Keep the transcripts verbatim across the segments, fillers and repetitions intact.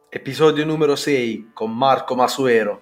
Episodio numero sei con Marco Masuero.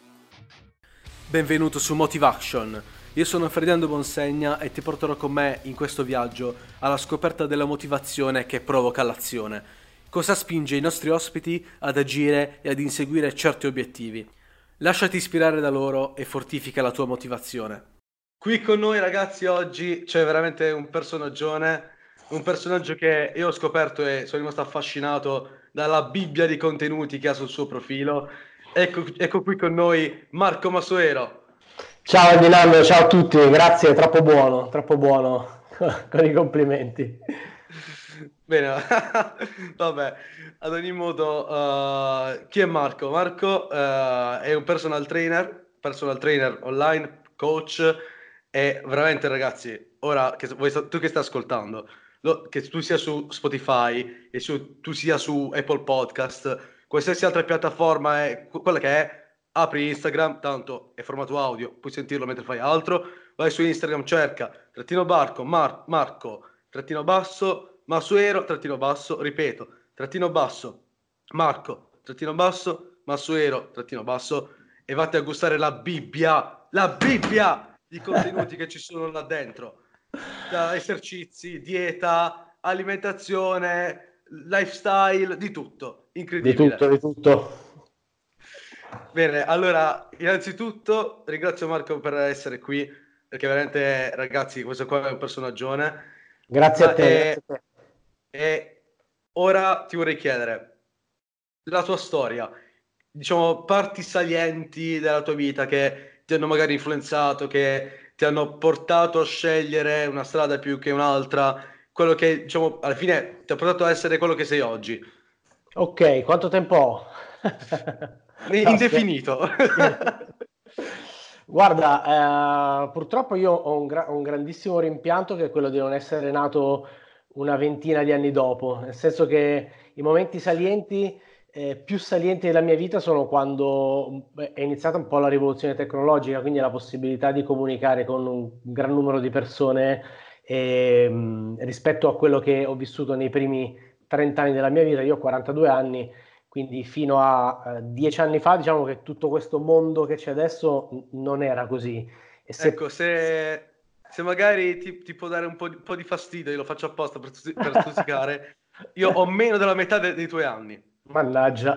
Benvenuto su Motivaction. Io sono Ferdinando Bonsegna e ti porterò con me in questo viaggio alla scoperta della motivazione che provoca l'azione. Cosa spinge i nostri ospiti ad agire e ad inseguire certi obiettivi? Lasciati ispirare da loro e fortifica la tua motivazione. Qui con noi ragazzi oggi c'è veramente un personaggione, un personaggio che io ho scoperto e sono rimasto affascinato dalla Bibbia di contenuti che ha sul suo profilo. Ecco, ecco qui con noi Marco Masuero. Ciao Ferdinando, ciao a tutti, grazie, troppo buono, troppo buono con i complimenti. Bene, vabbè, ad ogni modo, uh, chi è Marco? Marco uh, è un personal trainer, personal trainer online, coach, e veramente ragazzi, ora che voi, tu che stai ascoltando, lo, che tu sia su Spotify e su, tu sia su Apple Podcast, qualsiasi altra piattaforma, è, quella che è, apri Instagram, tanto è formato audio, puoi sentirlo mentre fai altro, vai su Instagram, cerca, trattino barco, Mar- Marco, trattino basso, Masuero, trattino basso, ripeto, trattino basso, Marco, trattino basso, Masuero, trattino basso, e vatti a gustare la Bibbia, la Bibbia di contenuti che ci sono là dentro, da esercizi, dieta, alimentazione, lifestyle, di tutto, incredibile. Di tutto, di tutto. Bene, allora, innanzitutto ringrazio Marco per essere qui, perché veramente, ragazzi, questo qua è un personaggione. Grazie Ma a te, è, grazie a te. E ora ti vorrei chiedere la tua storia, diciamo parti salienti della tua vita che ti hanno magari influenzato, che ti hanno portato a scegliere una strada più che un'altra, quello che diciamo alla fine ti ha portato a essere quello che sei oggi. Ok, quanto tempo ho? No, Indefinito. Guarda, eh, purtroppo io ho un, gra- un grandissimo rimpianto che è quello di non essere nato una ventina di anni dopo, nel senso che i momenti salienti, eh, più salienti della mia vita sono quando beh, è iniziata un po' la rivoluzione tecnologica, quindi la possibilità di comunicare con un gran numero di persone e, mh, rispetto a quello che ho vissuto nei primi trenta anni della mia vita. Io ho quarantadue anni, quindi fino a eh, dieci anni fa, diciamo che tutto questo mondo che c'è adesso n- non era così. E se... Ecco, se, se magari ti, ti può dare un po', di, un po' di fastidio, io lo faccio apposta per, stusi- per stuzzicare, io ho meno della metà de- dei tuoi anni. Mannaggia.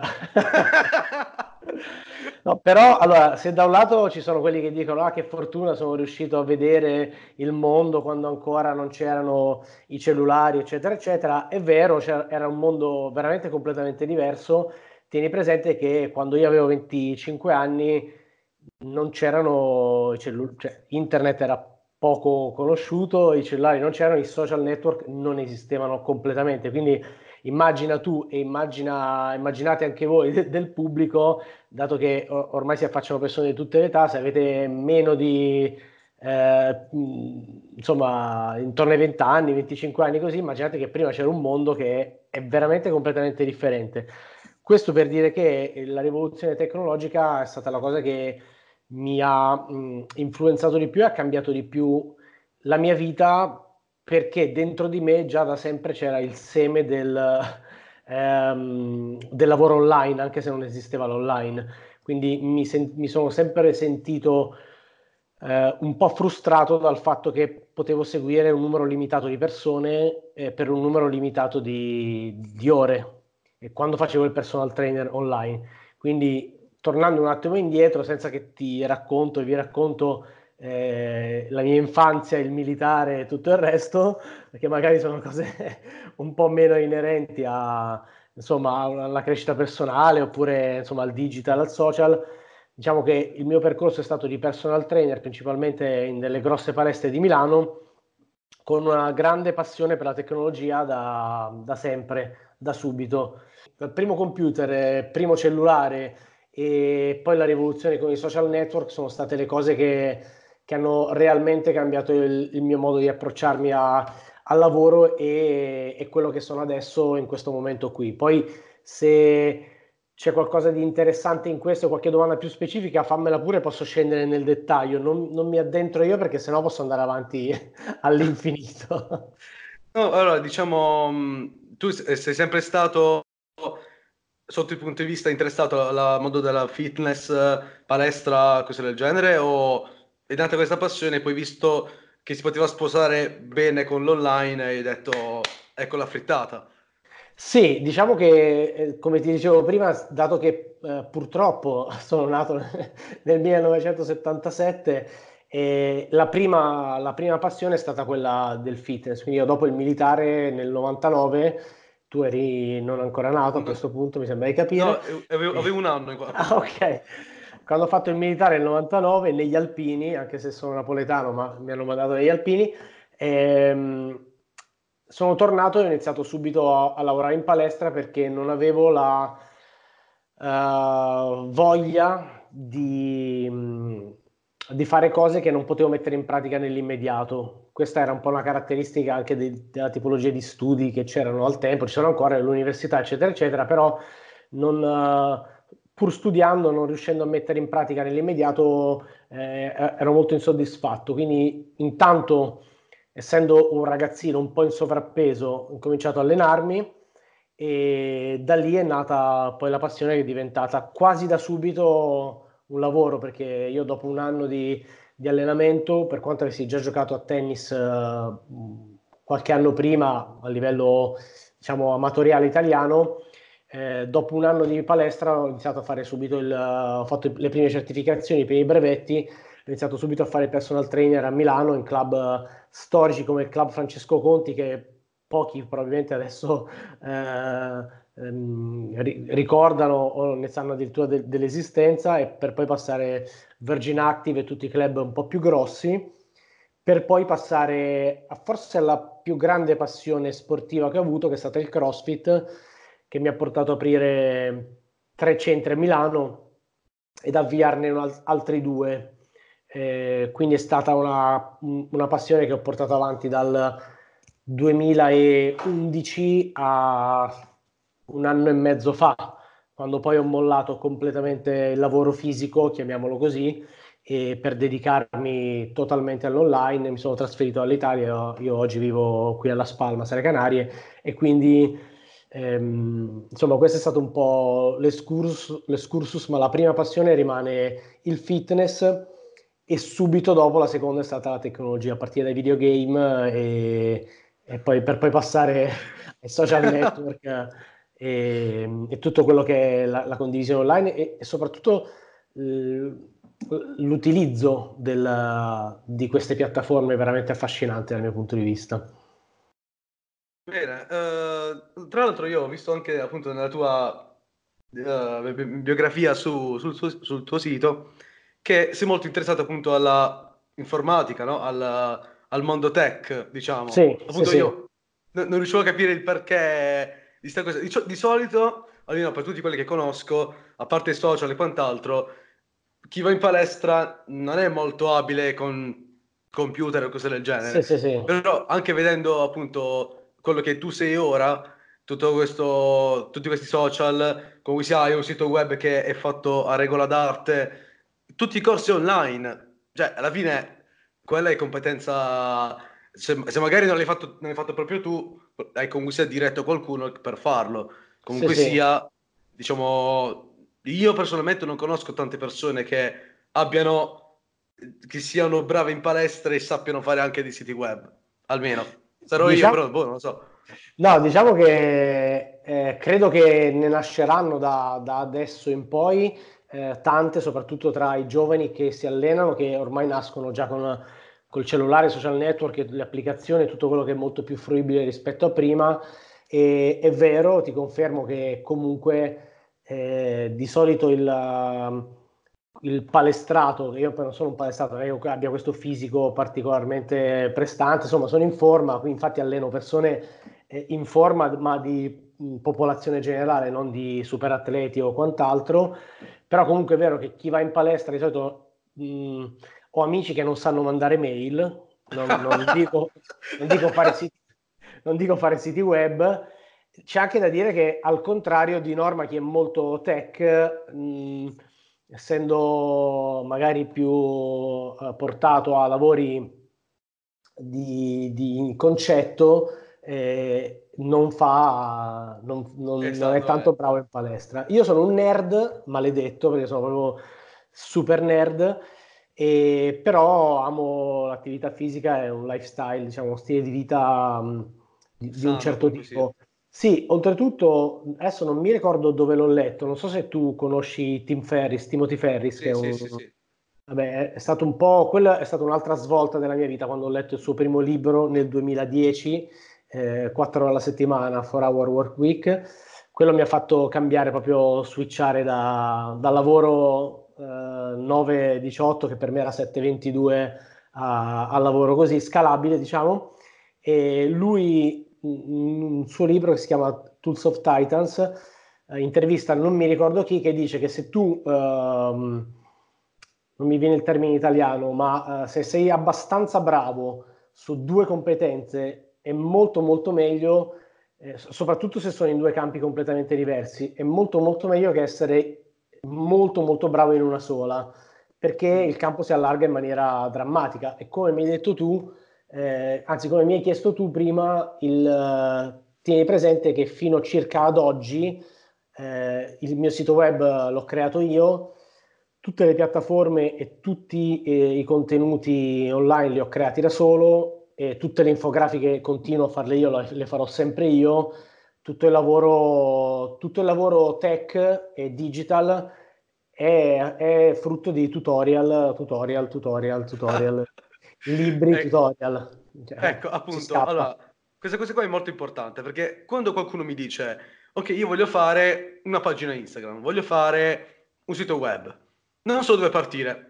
No, però allora, se da un lato ci sono quelli che dicono ah, che fortuna sono riuscito a vedere il mondo quando ancora non c'erano i cellulari, eccetera, eccetera, è vero, c'era- era un mondo veramente completamente diverso. Tieni presente che quando io avevo venticinque anni non c'erano i cellulari, cioè internet era poco conosciuto, i cellulari non c'erano, i social network non esistevano completamente, quindi immagina tu e immagina, immaginate anche voi de- del pubblico, dato che o- ormai si affacciano persone di tutte le età, se avete meno di, eh, mh, insomma, intorno ai venti anni, venticinque anni così, immaginate che prima c'era un mondo che è veramente completamente differente. Questo per dire che la rivoluzione tecnologica è stata la cosa che mi ha mh, influenzato di più e ha cambiato di più la mia vita, perché dentro di me già da sempre c'era il seme del, ehm, del lavoro online, anche se non esisteva l'online. Quindi mi, sen- mi sono sempre sentito eh, un po' frustrato dal fatto che potevo seguire un numero limitato di persone eh, per un numero limitato di, di ore, e quando facevo il personal trainer online. Quindi tornando un attimo indietro, senza che ti racconto e vi racconto eh, la mia infanzia, il militare e tutto il resto, perché magari sono cose un po' meno inerenti a, insomma, alla crescita personale oppure insomma, al digital, al social. Diciamo che il mio percorso è stato di personal trainer, principalmente in delle grosse palestre di Milano, con una grande passione per la tecnologia da, da sempre, da subito. Dal primo computer, eh, primo cellulare e poi la rivoluzione con i social network sono state le cose che, che hanno realmente cambiato il, il mio modo di approcciarmi a, al lavoro e, e quello che sono adesso in questo momento qui. Poi se c'è qualcosa di interessante in questo, qualche domanda più specifica, fammela pure, posso scendere nel dettaglio. Non, non mi addentro io perché sennò posso andare avanti all'infinito. No, allora, diciamo, mh, tu sei sei sempre stato sotto il punto di vista interessato al mondo della fitness, palestra, cose del genere, o è nata questa passione e poi visto che si poteva sposare bene con l'online hai detto ecco la frittata? Sì, diciamo che, eh, come ti dicevo prima, dato che eh, purtroppo sono nato nel millenovecentosettantasette, e la prima, la prima passione è stata quella del fitness. Quindi io dopo il militare nel novantanove, tu eri non ancora nato a No, questo punto, mi sembra di no, capire. avevo, Eh, avevo un anno qua. Ah, ok. Quando ho fatto il militare nel novantanove, negli Alpini, anche se sono napoletano, ma mi hanno mandato negli Alpini, ehm, sono tornato e ho iniziato subito a, a lavorare in palestra perché non avevo la eh, voglia di, mh, di fare cose che non potevo mettere in pratica nell'immediato. Questa era un po' una caratteristica anche de- della tipologia di studi che c'erano al tempo, ci sono ancora all'università, eccetera, eccetera, però non, eh, pur studiando, non riuscendo a mettere in pratica nell'immediato, eh, ero molto insoddisfatto. Quindi, intanto, essendo un ragazzino un po' in sovrappeso, ho cominciato a allenarmi e da lì è nata poi la passione che è diventata quasi da subito un lavoro, perché io dopo un anno di, di allenamento, per quanto avessi già giocato a tennis eh, qualche anno prima a livello diciamo amatoriale italiano, eh, dopo un anno di palestra ho iniziato a fare subito il, ho fatto le prime certificazioni per i brevetti, ho iniziato subito a fare personal trainer a Milano in club eh, storici come il club Francesco Conti, che pochi probabilmente adesso eh, ehm, ri- ricordano o ne sanno addirittura de- dell'esistenza, e per poi passare Virgin Active e tutti i club un po' più grossi, per poi passare a forse alla più grande passione sportiva che ho avuto, che è stata il CrossFit, che mi ha portato ad aprire tre centri a Milano ed avviarne un al- altri due. Eh, quindi è stata una, una passione che ho portato avanti dal duemilaundici a un anno e mezzo fa, quando poi ho mollato completamente il lavoro fisico, chiamiamolo così, e per dedicarmi totalmente all'online mi sono trasferito all'Italia. Io, io oggi vivo qui alla Spalma, Sere Canarie, e quindi ehm, insomma questo è stato un po' l'escursus, l'escursus, ma la prima passione rimane il fitness e subito dopo la seconda è stata la tecnologia, a partire dai videogame e, e poi per poi passare ai social network e, e tutto quello che è la, la condivisione online e, e soprattutto eh, l'utilizzo del- di queste piattaforme è veramente affascinante dal mio punto di vista. Bene, eh, tra l'altro io ho visto anche appunto nella tua eh, bi- biografia su- sul, suo- sul tuo sito che sei molto interessato appunto alla informatica, no? Al, al mondo tech, diciamo. Sì, sì, Appunto sì. io no- non riuscivo a capire il perché di sta cosa. Di, cio- di solito, almeno per tutti quelli che conosco, a parte i social e quant'altro, chi va in palestra non è molto abile con computer o cose del Sì, genere. sì, sì. Però anche vedendo appunto quello che tu sei ora, tutto questo, tutti questi social, comunque sia hai un sito web che è fatto a regola d'arte, tutti i corsi online, cioè alla fine quella è competenza, se, se magari non l'hai fatto, non l'hai fatto proprio tu, hai comunque sia diretto qualcuno per farlo. Sì, Comunque sì. sia, diciamo, io personalmente non conosco tante persone che abbiano, che siano brave in palestra e sappiano fare anche dei siti web, almeno. Sarò io, Diciamo, però, boh, non lo so. no, diciamo che eh, credo che ne nasceranno da, da adesso in poi eh, tante, soprattutto tra i giovani che si allenano, che ormai nascono già con col cellulare, social network, e le applicazioni, tutto quello che è molto più fruibile rispetto a prima. E è vero, ti confermo che comunque eh, di solito il, il palestrato, io poi non sono un palestrato, non è che abbia questo fisico particolarmente prestante, insomma sono in forma, qui infatti alleno persone eh, in forma, ma di mh, popolazione generale, non di superatleti o quant'altro. Però comunque è vero che chi va in palestra di solito mh, ho amici che non sanno mandare mail, non, non dico, non dico fare siti, non dico fare siti web. C'è anche da dire che al contrario di norma chi è molto tech, mh, essendo magari più eh, portato a lavori di, di concetto, eh, non fa, non, non- non è Esatto, tanto eh. bravo in palestra. Io sono un nerd maledetto perché sono proprio super nerd, e però amo l'attività fisica, è un lifestyle, diciamo, uno stile di vita mh, di, di un Sano certo comunque sia. tipo. Sì, oltretutto, adesso non mi ricordo dove l'ho letto, non so se tu conosci Tim Ferriss, Timothy Ferriss, che è Sì, sì, un... sì, sì. Vabbè, è stato un po', quella è stata un'altra svolta della mia vita quando ho letto il suo primo libro nel duemiladieci, eh, quattro ore alla settimana, four hour work week. Quello mi ha fatto cambiare, proprio switchare da, dal lavoro eh, nove diciotto, che per me era sette ventidue, a- al lavoro così scalabile, diciamo. E lui, in un suo libro che si chiama Tools of Titans, eh, intervista non mi ricordo chi, che dice che se tu, ehm, non mi viene il termine in italiano, ma eh, se sei abbastanza bravo su due competenze è molto molto meglio, eh, soprattutto se sono in due campi completamente diversi, è molto molto meglio che essere molto molto bravo in una sola, perché Mm. il campo si allarga in maniera drammatica. E come mi hai detto tu, eh, anzi come mi hai chiesto tu prima, il, eh, tieni presente che fino circa ad oggi eh, il mio sito web l'ho creato io, tutte le piattaforme e tutti eh, i contenuti online li ho creati da solo, e tutte le infografiche continuo a farle io, le, le farò sempre io. Tutto il lavoro, tutto il lavoro tech e digital è, è frutto di tutorial, tutorial, tutorial, tutorial, libri, Ecco, tutorial. Cioè, ecco, si appunto, scappa. allora, questa cosa qua è molto importante perché quando qualcuno mi dice, ok, io voglio fare una pagina Instagram, voglio fare un sito web, non so dove partire.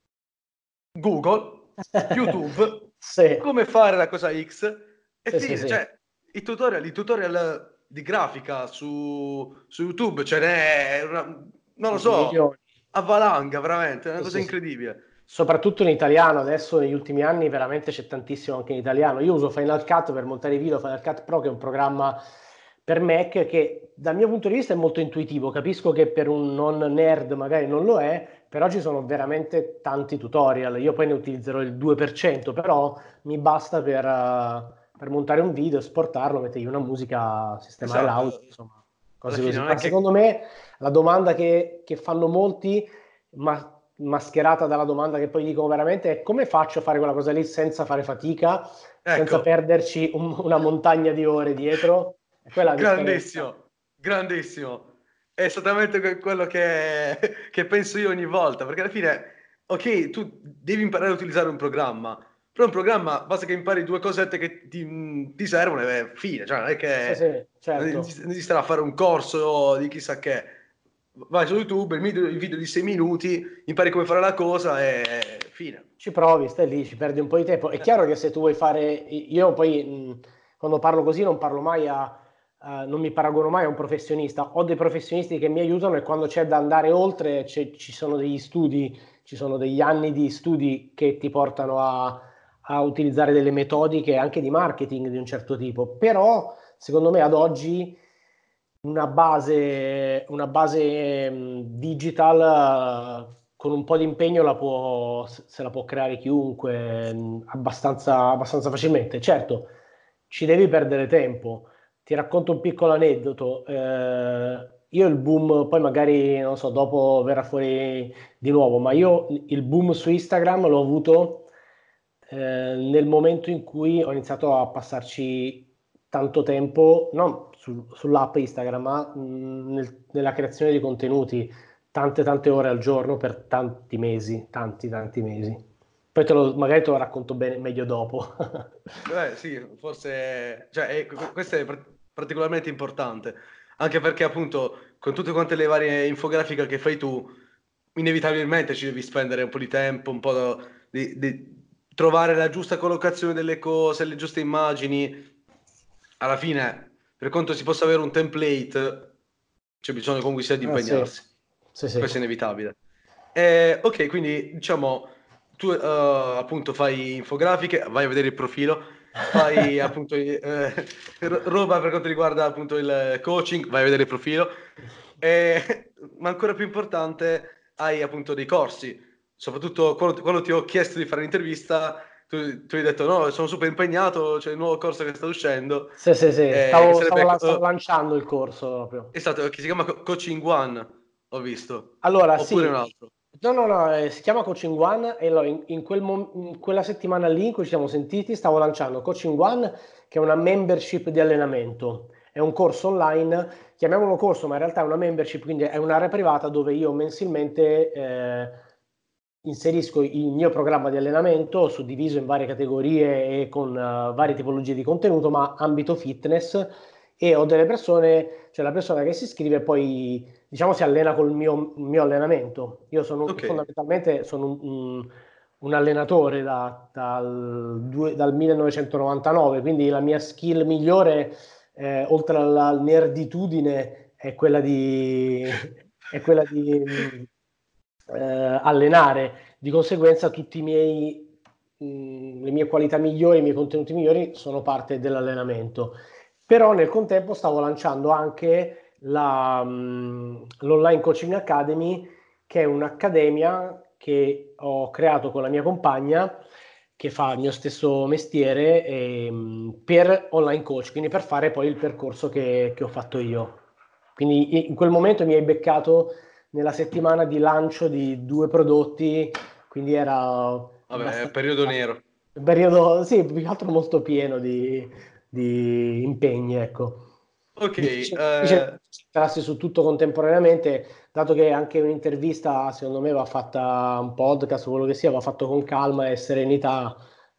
Google, YouTube, Sì, come fare la cosa X e sì, sì, fine. sì. Cioè, i tutorial, i tutorial di grafica su, su YouTube ce n'è una, non lo so, Milioni. a valanga, veramente, è una Sì, cosa sì, sì. incredibile. Soprattutto in italiano, adesso negli ultimi anni veramente c'è tantissimo anche in italiano. Io uso Final Cut per montare i video, Final Cut Pro, che è un programma per Mac che dal mio punto di vista è molto intuitivo. Capisco che per un non nerd magari non lo è, però ci sono veramente tanti tutorial. Io poi ne utilizzerò il due per cento, però mi basta per, eh, per montare un video, esportarlo, mettergli una musica, sistemare Esatto, l'audio, insomma, alla cose fine così. non Ma è secondo che... me la domanda che, che fanno molti, ma mascherata dalla domanda che poi dicono veramente, è: come faccio a fare quella cosa lì senza fare fatica, senza Ecco, perderci un- una montagna di ore dietro? E quella è la differenza. grandissimo, grandissimo. È esattamente que- quello che, che penso io ogni volta, perché alla fine, ok, tu devi imparare a utilizzare un programma, però un programma basta che impari due cosette che ti, ti servono e è fine, cioè non è Sì, che sì, non certo. devi non devi stare a fare un corso di chissà che. Vai su YouTube, il video, il video di sei minuti, impari come fare la cosa e fine. Ci provi, stai lì, ci perdi un po' di tempo. È Eh, chiaro che se tu vuoi fare, io poi mh, quando parlo così non parlo mai a, a- non mi paragono mai a un professionista. Ho dei professionisti che mi aiutano, e quando c'è da andare oltre c'è- ci sono degli studi, ci sono degli anni di studi che ti portano a, a utilizzare delle metodiche anche di marketing di un certo tipo. Però secondo me ad oggi una base, una base mh, digital, eh, con un po' di impegno la può, se la può creare chiunque, mh, abbastanza, abbastanza facilmente. Certo, ci devi perdere tempo. Ti racconto un piccolo aneddoto. Eh, io il boom, poi magari, non so, dopo verrà fuori di nuovo, ma io il boom su Instagram l'ho avuto eh, nel momento in cui ho iniziato a passarci tanto tempo, non su- sull'app Instagram, ma mh, nel- nella creazione di contenuti, tante tante ore al giorno per tanti mesi, tanti tanti mesi. Poi te lo, magari te lo racconto bene, meglio dopo. Beh, sì, forse, cioè, è- que- questo è par- particolarmente importante, anche perché appunto con tutte quante le varie infografiche che fai tu, inevitabilmente ci devi spendere un po' di tempo, un po' di, di trovare la giusta collocazione delle cose, le giuste immagini. Alla fine, per quanto si possa avere un template, c'è bisogno comunque sia di Ah, sì, impegnarsi. sì, sì. Questo è inevitabile. Eh, ok, quindi diciamo, tu eh, appunto fai infografiche, vai a vedere il profilo, fai appunto eh, ro- roba per quanto riguarda appunto il coaching, vai a vedere il profilo, e, ma ancora più importante, hai appunto dei corsi, soprattutto quando, quando ti ho chiesto di fare l'intervista, tu, tu hai detto no, sono super impegnato, c'è il nuovo corso che sta uscendo, Sì, sì, sì, eh, che stavo, stavo sarebbe, la- stavo uh, lanciando il corso proprio. è stato, che si chiama Co- Coaching One, ho visto, Allora, oppure un sì, altro. no, no, no, eh, si chiama Coaching One e allora in, in quel mom- in quella settimana lì in cui ci siamo sentiti stavo lanciando Coaching One, che è una membership di allenamento. È un corso online, chiamiamolo corso, ma in realtà è una membership, quindi è un'area privata dove io mensilmente eh, inserisco il mio programma di allenamento suddiviso in varie categorie e con eh, varie tipologie di contenuto, ma ambito fitness e ho delle persone, cioè la persona che si iscrive poi diciamo si allena col mio, mio allenamento. Io sono Ok, fondamentalmente sono un, un- un allenatore da- dal, due- dal millenovecentonovantanove, quindi la mia skill migliore, eh, oltre alla nerditudine, è quella di, è quella di mh, eh, allenare. Di conseguenza tutti i miei, mh, le mie qualità migliori, i miei contenuti migliori sono parte dell'allenamento. Però nel contempo stavo lanciando anche la, mh, l'Online Coaching Academy, che è un'accademia che ho creato con la mia compagna, che fa il mio stesso mestiere, ehm, per online coach, quindi per fare poi il percorso che, che ho fatto io. Quindi in quel momento mi hai beccato nella settimana di lancio di due prodotti, quindi era vabbè, è abbastanza periodo nero. un periodo, sì, più che altro molto pieno di, di impegni, ecco. Ok, Difficile, difficile eh, concentrarsi su tutto contemporaneamente, dato che anche un'intervista, secondo me, va fatta, un podcast o quello che sia, va fatto con calma e serenità,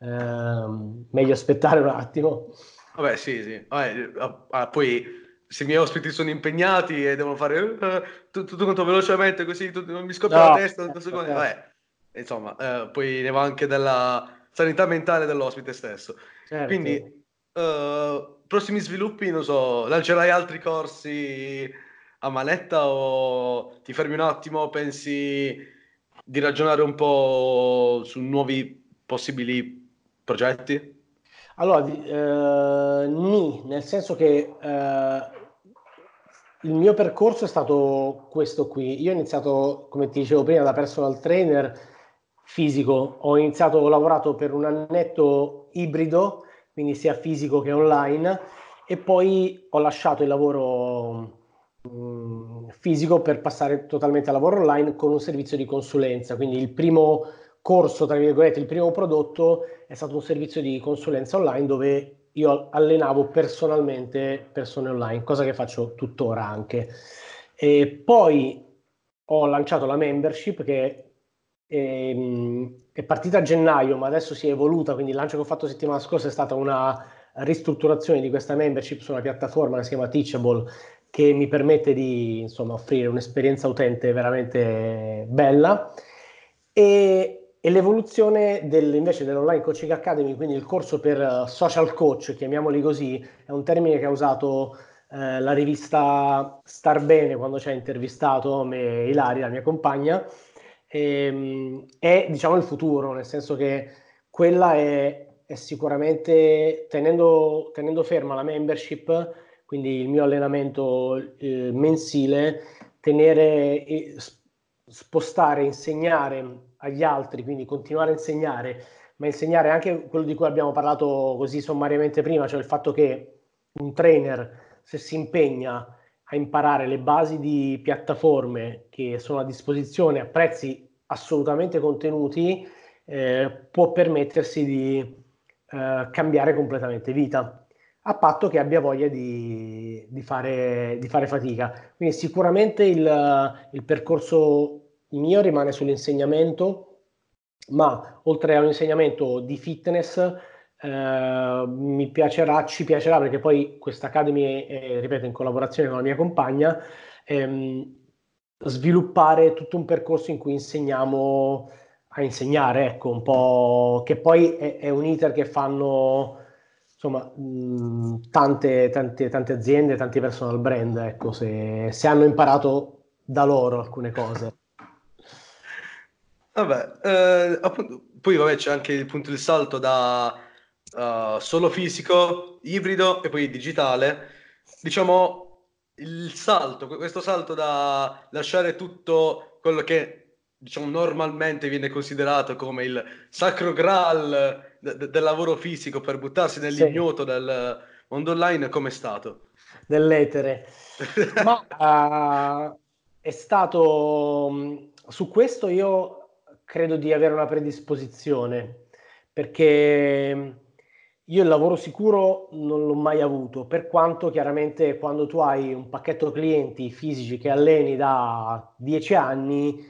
ehm, meglio aspettare un attimo. vabbè, sì, sì. Vabbè, ah, ah, poi se i miei ospiti sono impegnati e devono fare eh, tutto, tutto quanto velocemente così, tutto- non mi scoppia la No, testa, non so certo, come- certo, vabbè, insomma, eh, poi ne va anche della sanità mentale dell'ospite stesso. certo. Quindi, eh, prossimi sviluppi, non so, lancerai altri corsi a manetta o ti fermi un attimo, pensi di ragionare un po' su nuovi possibili progetti? Allora, di- eh, nì, nel senso che eh, il mio percorso è stato questo qui. Io ho iniziato, come ti dicevo prima, da personal trainer fisico. Ho iniziato, ho lavorato per un annetto ibrido, quindi sia fisico che online, e poi ho lasciato il lavoro mh, fisico per passare totalmente al lavoro online con un servizio di consulenza. Quindi il primo corso, tra virgolette, il primo prodotto è stato un servizio di consulenza online dove io allenavo personalmente persone online, cosa che faccio tuttora anche. E poi ho lanciato la membership che ehm, è partita a gennaio, ma adesso si è evoluta, quindi il lancio che ho fatto settimana scorsa è stata una ristrutturazione di questa membership su una piattaforma che si chiama Teachable, che mi permette di insomma, offrire un'esperienza utente veramente bella. E, e l'evoluzione del, invece dell'Online Coaching Academy, quindi il corso per uh, social coach, chiamiamoli così, è un termine che ha usato eh, la rivista Star Bene quando ci ha intervistato me e Ilaria, la mia compagna, ehm, è diciamo il futuro, nel senso che quella è, è sicuramente tenendo, tenendo ferma la membership, quindi il mio allenamento eh, mensile, tenere, e s- spostare, insegnare agli altri, quindi continuare a insegnare, ma insegnare anche quello di cui abbiamo parlato così sommariamente prima, cioè il fatto che un trainer, se si impegna a imparare le basi di piattaforme che sono a disposizione a prezzi assolutamente contenuti, eh, può permettersi di eh, cambiare completamente vita, a patto che abbia voglia di, di fare, di fare fatica. Quindi sicuramente il, il percorso mio rimane sull'insegnamento, ma oltre a un insegnamento di fitness, eh, mi piacerà, ci piacerà, perché poi questa Academy è, ripeto, in collaborazione con la mia compagna, ehm, sviluppare tutto un percorso in cui insegniamo a insegnare, ecco, un po' che poi è, è un iter che fanno insomma mh, tante, tante, tante aziende, tanti personal brand, ecco, se, se hanno imparato da loro alcune cose. Vabbè, eh, appunto, poi vabbè c'è anche il punto di salto da eh, solo fisico, ibrido e poi digitale. Diciamo il salto, questo salto da lasciare tutto quello che diciamo normalmente viene considerato come il sacro graal de- del lavoro fisico per buttarsi Sì, nell'ignoto del mondo online, com'è stato? dell'etere. Ma eh, è stato mh, su questo io credo di avere una predisposizione, perché mh, io il lavoro sicuro non l'ho mai avuto, per quanto chiaramente quando tu hai un pacchetto clienti fisici che alleni da dieci anni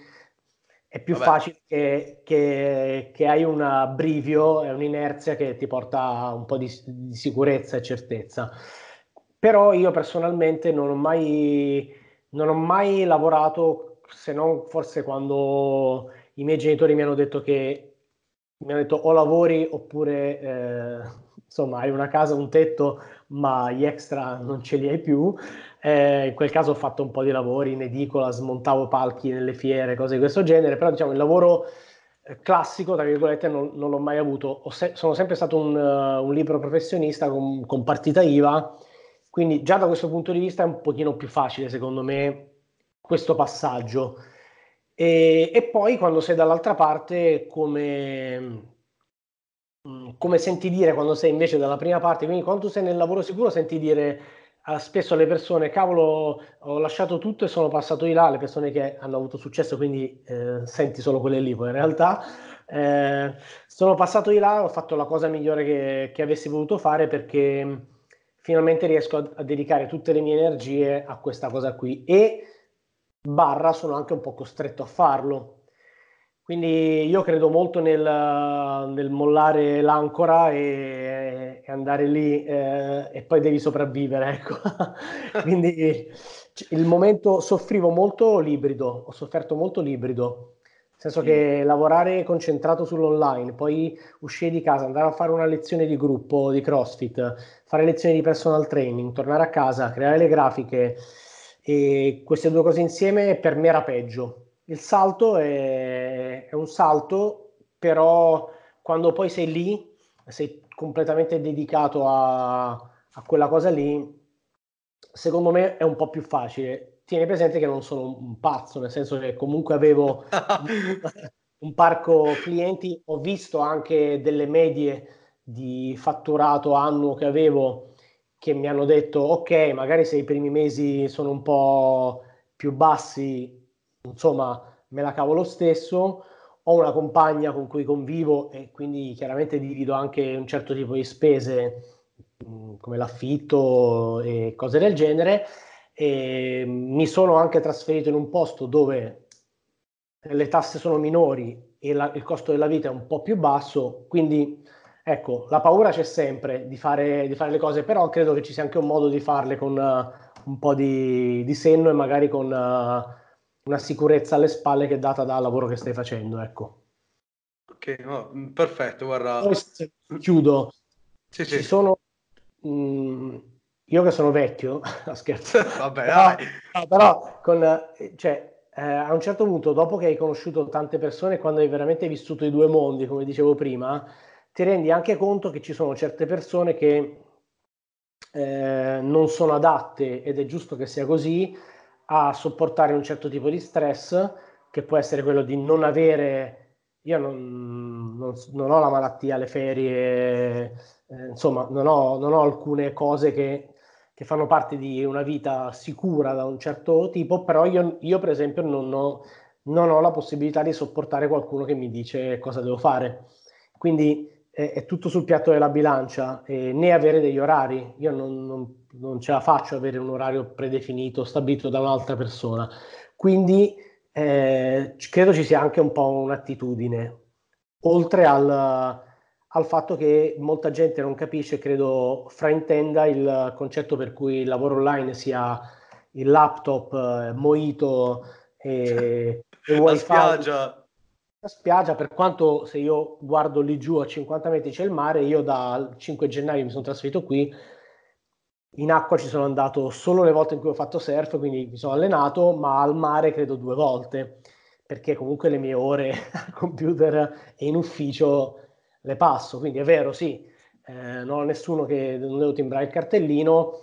è più Vabbè, facile che, che- che hai un abbrivio e un'inerzia che ti porta un po' di, di sicurezza e certezza. Però io personalmente non ho mai, non ho mai lavorato, se non forse quando i miei genitori mi hanno detto che mi hanno detto o lavori oppure eh, insomma hai una casa, un tetto, ma gli extra non ce li hai più. Eh, in quel caso ho fatto un po' di lavori in edicola, smontavo palchi nelle fiere, cose di questo genere, però diciamo il lavoro eh, classico, tra virgolette, non, non l'ho mai avuto. Ho se- sono sempre stato un, eh, un libero professionista con, con partita I V A, quindi già da questo punto di vista è un pochino più facile, secondo me, questo passaggio. E, e poi quando sei dall'altra parte, come, mm, come senti dire quando sei invece dalla prima parte, quindi quando tu sei nel lavoro sicuro senti dire eh, spesso alle persone, cavolo, ho lasciato tutto e sono passato di là, le persone che hanno avuto successo, quindi eh, senti solo quelle lì, poi in realtà eh, sono passato di là, ho fatto la cosa migliore che, che avessi voluto fare perché mh, finalmente riesco a, a dedicare tutte le mie energie a questa cosa qui e barra sono anche un po' costretto a farlo. Quindi io credo molto nel, nel mollare l'ancora e, e andare lì eh, e poi devi sopravvivere, ecco. Quindi c- il momento soffrivo molto l'ibrido, ho sofferto molto l'ibrido, nel senso mm, che lavorare concentrato sull'online, poi uscire di casa, andare a fare una lezione di gruppo di CrossFit, fare lezioni di personal training, tornare a casa, creare le grafiche e queste due cose insieme per me era peggio. Il salto è, è un salto, però quando poi sei lì, sei completamente dedicato a, a quella cosa lì, secondo me è un po' più facile. Tieni presente che non sono un pazzo, nel senso che comunque avevo un, un parco clienti, ho visto anche delle medie di fatturato annuo che avevo che mi hanno detto ok, magari se i primi mesi sono un po' più bassi, insomma, me la cavo lo stesso. Ho una compagna con cui convivo e quindi chiaramente divido anche un certo tipo di spese, mh, come l'affitto e cose del genere. E mi sono anche trasferito in un posto dove le tasse sono minori e la- il costo della vita è un po' più basso, quindi ecco, la paura c'è sempre di fare, di fare le cose, però credo che ci sia anche un modo di farle con eh, un po' di, di senno e magari con eh, una sicurezza alle spalle che è data dal lavoro che stai facendo, ecco. ok, no, mm, perfetto, guarda. Poi se chiudo, Sì, ci sì. sono, mh, io che sono vecchio, no, scherzo, Vabbè, però, dai. no, però con, eh, cioè, eh, a un certo punto, dopo che hai conosciuto tante persone, quando hai veramente vissuto i due mondi, come dicevo prima, ti rendi anche conto che ci sono certe persone che eh, non sono adatte, ed è giusto che sia così, a sopportare un certo tipo di stress, che può essere quello di non avere, io non, non- non ho la malattia, le ferie, eh, insomma, non ho, non ho alcune cose che, che fanno parte di una vita sicura da un certo tipo, però io, io per esempio non ho, non ho la possibilità di sopportare qualcuno che mi dice cosa devo fare. Quindi è, è tutto sul piatto della bilancia, e né avere degli orari. Io non, non- non ce la faccio avere un orario predefinito, stabilito da un'altra persona. Quindi eh, c- credo ci sia anche un po' un'attitudine, oltre al, al fatto che molta gente non capisce, credo fraintenda il concetto per cui il lavoro online sia il laptop, eh, Mojito e, e La wifi spiaggia. la spiaggia, per quanto se io guardo lì giù a cinquanta metri c'è il mare, io dal cinque gennaio mi sono trasferito qui, in acqua ci sono andato solo le volte in cui ho fatto surf, quindi mi sono allenato, ma al mare credo due volte, perché comunque le mie ore al computer e in ufficio le passo, quindi è vero, sì, eh, non ho nessuno che non devo timbrare il cartellino,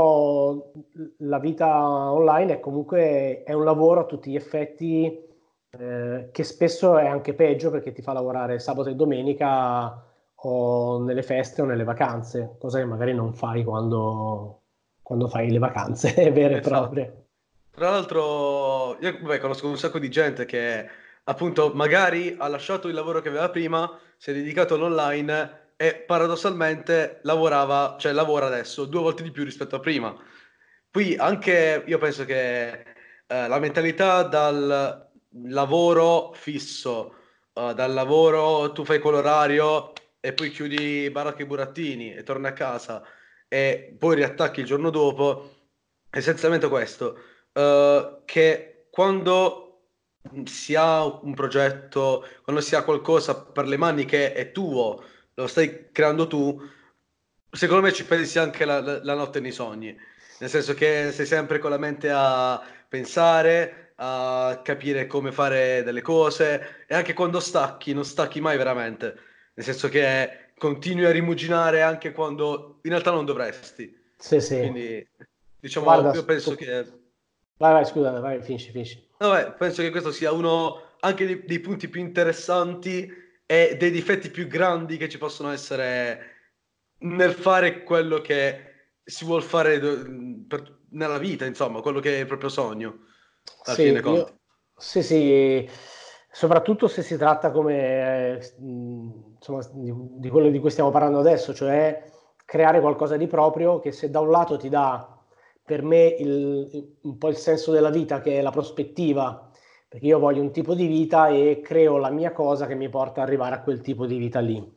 però la vita online è comunque è un lavoro a tutti gli effetti eh, che spesso è anche peggio perché ti fa lavorare sabato e domenica o nelle feste o nelle vacanze, cosa che magari non fai quando, quando fai le vacanze vere e Esatto. proprie. Tra l'altro, io beh, conosco un sacco di gente che appunto magari ha lasciato il lavoro che aveva prima, si è dedicato all'online e paradossalmente lavorava, cioè lavora adesso due volte di più rispetto a prima. Qui anche io penso che eh, la mentalità dal lavoro fisso, eh, dal lavoro tu fai quell'orario e poi chiudi baracca e burattini e torni a casa e poi riattacchi il giorno dopo, è essenzialmente questo, eh, che quando si ha un progetto, quando si ha qualcosa per le mani che è tuo, lo stai creando tu, secondo me ci pensi anche la, la- la notte nei sogni, nel senso che sei sempre con la mente a pensare, a capire come fare delle cose e anche quando stacchi, non stacchi mai veramente, nel senso che continui a rimuginare anche quando in realtà non dovresti. Sì, sì. Quindi, diciamo, Guarda, io su- penso che vai, vai, scusa, vai, finisci, finisci. vabbè, penso che questo sia uno anche dei, dei punti più interessanti e dei difetti più grandi che ci possono essere nel fare quello che si vuol fare do- per- nella vita, insomma, quello che è il proprio sogno, al Sì, fine dei conti. io, sì, sì, soprattutto se si tratta come, eh, mh, insomma, di, di quello di cui stiamo parlando adesso, cioè creare qualcosa di proprio che se da un lato ti dà per me il- un po' il senso della vita, che è la prospettiva, perché io voglio un tipo di vita e creo la mia cosa che mi porta ad arrivare a quel tipo di vita lì.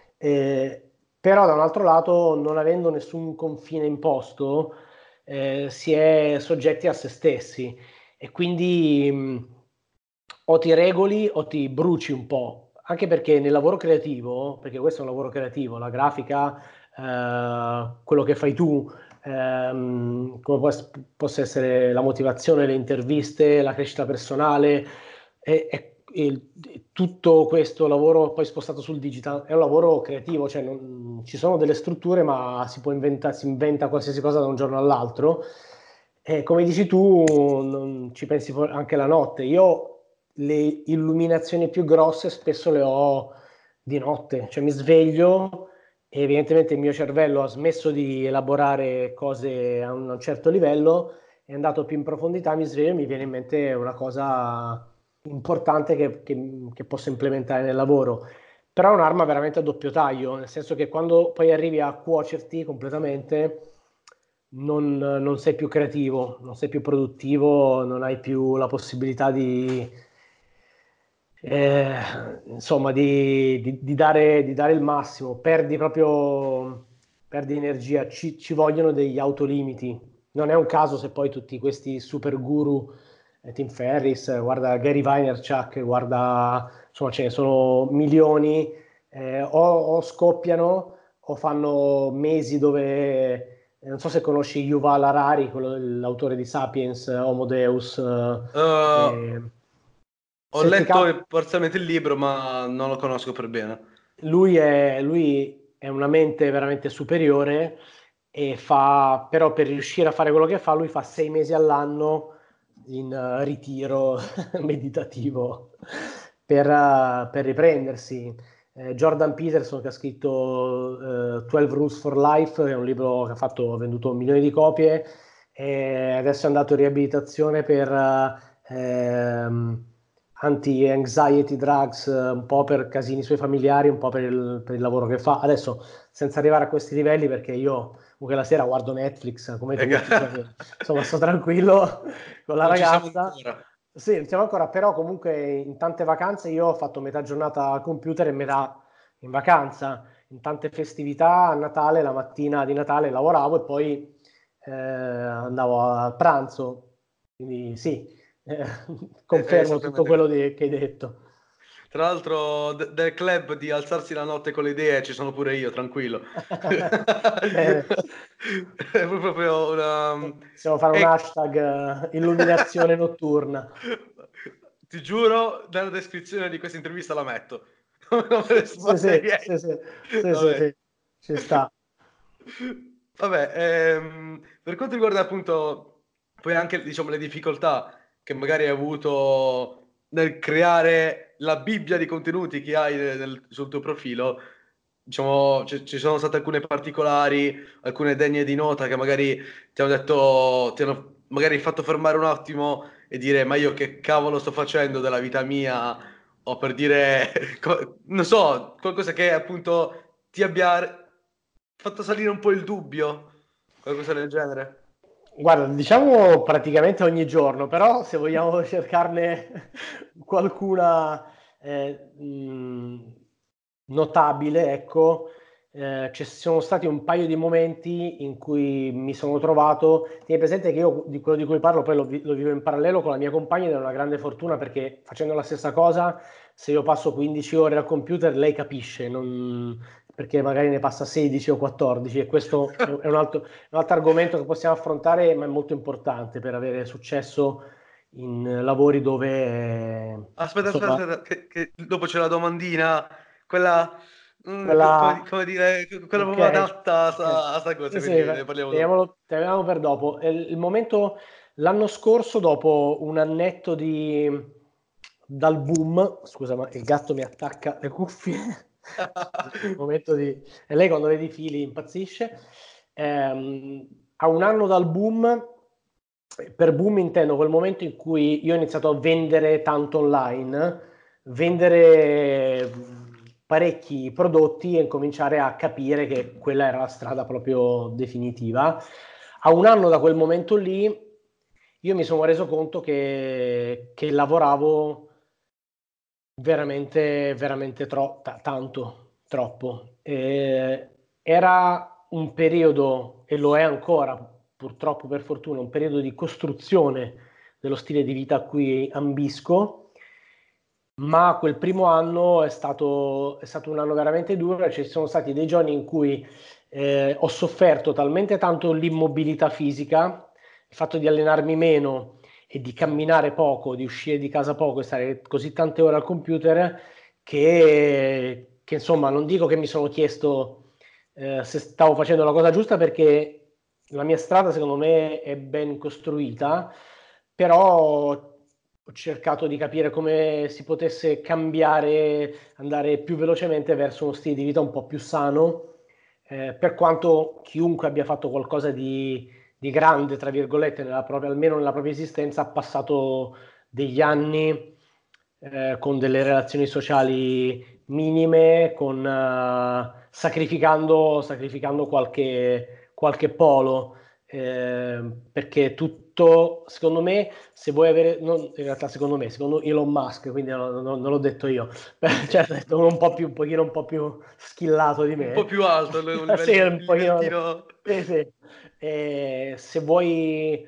Eh, Però da un altro lato, non avendo nessun confine imposto, eh, si è soggetti a se stessi e quindi mh, o ti regoli o ti bruci un po', anche perché nel lavoro creativo, perché questo è un lavoro creativo, la grafica, eh, quello che fai tu, ehm, come può, es- possa essere la motivazione, le interviste, la crescita personale, e, e- e tutto questo lavoro poi spostato sul digital è un lavoro creativo, cioè non- ci sono delle strutture, ma si può inventa- si inventa qualsiasi cosa da un giorno all'altro. E come dici tu, non ci pensi for- anche la notte. Io le illuminazioni più grosse spesso le ho di notte, cioè mi sveglio e evidentemente il mio cervello ha smesso di elaborare cose a un, a un certo livello, è andato più in profondità, mi sveglio e mi viene in mente una cosa importante che, che- che posso implementare nel lavoro. Però è un'arma veramente a doppio taglio, nel senso che quando poi arrivi a cuocerti completamente, non, non sei più creativo, non sei più produttivo, non hai più la possibilità di, eh, insomma, di, di- di dare, di dare il massimo, perdi proprio, perdi energia, ci, ci vogliono degli autolimiti. Non è un caso se poi tutti questi super guru, eh, Tim Ferriss, eh, guarda Gary Vaynerchuk, guarda, insomma, ce ne sono milioni, eh, o, o scoppiano o fanno mesi dove, eh, non so se conosci Yuval Harari, quello- l'autore di Sapiens, Homo Deus, eh, Eh, che ho se ti cap- letto parzialmente il libro, ma non lo conosco per bene. lui è, lui è una mente veramente superiore e fa, però per riuscire a fare quello che fa, lui fa sei mesi all'anno in eh, ritiro meditativo per, eh, per riprendersi. Eh, Jordan Peterson che ha scritto eh, twelve Rules for Life, che è un libro che ha fatto, ha venduto un milione di copie, e adesso è andato in riabilitazione per eh, ehm, anti-anxiety drugs, eh, un po' per casini suoi familiari, un po' per il, per il lavoro che fa. Adesso, senza arrivare a questi livelli, perché io comunque la sera guardo Netflix come E che- tutti, cioè, insomma, sto tranquillo con la Non ci siamo ragazza. ancora. Sì, non siamo ancora, però comunque in tante vacanze io ho fatto metà giornata al computer e metà in vacanza. In tante festività, a Natale, la mattina di Natale lavoravo e poi eh, andavo a pranzo. Quindi sì, eh, È, è confermo tutto esattamente quello così. di- che hai detto. Tra l'altro, d- del club di alzarsi la notte con le idee ci sono pure io, tranquillo. Bene, È proprio una... possiamo fare un è- hashtag eh, illuminazione notturna. Ti giuro, nella descrizione di questa intervista la metto. Non me ne Sì, sì, sbatterei. sì, sì, sì, sì, Vabbè. sì, ci sta. Vabbè, ehm, per quanto riguarda appunto poi anche diciamo le difficoltà che magari hai avuto nel creare la Bibbia di contenuti che hai nel- nel- sul tuo profilo, diciamo, ci, ci sono state alcune particolari, alcune degne di nota che magari ti hanno detto, ti hanno magari fatto fermare un attimo e dire, ma io che cavolo sto facendo della vita mia? O per dire, co- non so, qualcosa che appunto ti abbia fatto salire un po' il dubbio, qualcosa del genere. Guarda, diciamo praticamente ogni giorno, però se vogliamo cercarne qualcuna eh, mh, notabile, ecco, eh, ci sono stati un paio di momenti in cui mi sono trovato. Tieni presente che io di quello di cui parlo poi lo, vi- lo vivo in parallelo con la mia compagna ed è una grande fortuna perché facendo la stessa cosa, se io passo quindici ore al computer, lei capisce, non- perché magari ne passa sedici o quattordici e questo è è un altro un altro argomento che possiamo affrontare, ma è molto importante per avere successo in lavori dove, eh, Aspetta, aspetta, insomma, aspetta, che, che dopo c'è la domandina, quella, mm, co- come, quella... come dire, quella proprio Ok, adatta a ok. sta, a sta cosa, Sì, sì, quindi ne parliamo dopo. teniamolo, teniamolo per dopo. Eh, Il momento, l'anno scorso, dopo un annetto di, dal boom, scusa, ma il gatto mi attacca le cuffie. Il momento di... E lei quando vede i fili impazzisce. Ehm, a un anno dal boom, per boom intendo quel momento in cui io ho iniziato a vendere tanto online, vendere parecchi prodotti e cominciare a capire che quella era la strada proprio definitiva. A un anno da quel momento lì, io mi sono reso conto che, che lavoravo veramente, veramente tro- ta- tanto, troppo. Eh, era un periodo, e lo è ancora, purtroppo per fortuna, un periodo di costruzione dello stile di vita a cui ambisco, ma quel primo anno è stato, è stato un anno veramente duro e ci sono stati dei giorni in cui eh, ho sofferto talmente tanto l'immobilità fisica, il fatto di allenarmi meno e di camminare poco, di uscire di casa poco e stare così tante ore al computer che, che insomma non dico che mi sono chiesto eh, se stavo facendo la cosa giusta perché la mia strada secondo me è ben costruita, però ho cercato di capire come si potesse cambiare, andare più velocemente verso uno stile di vita un po' più sano, eh, per quanto chiunque abbia fatto qualcosa di, di grande, tra virgolette, nella propria, almeno nella propria esistenza, ha passato degli anni eh, con delle relazioni sociali minime, con, eh, sacrificando, sacrificando qualche, qualche polo, eh, perché tutto, secondo me, se vuoi avere, non, in realtà secondo me, secondo Elon Musk, quindi non, non- non l'ho detto io, cioè l'ho detto uno un po' più, un pochino un po' più schillato di Un po' me, più alto, il sì, livello, un il pochino, liveltino... sì, sì. Eh, se vuoi,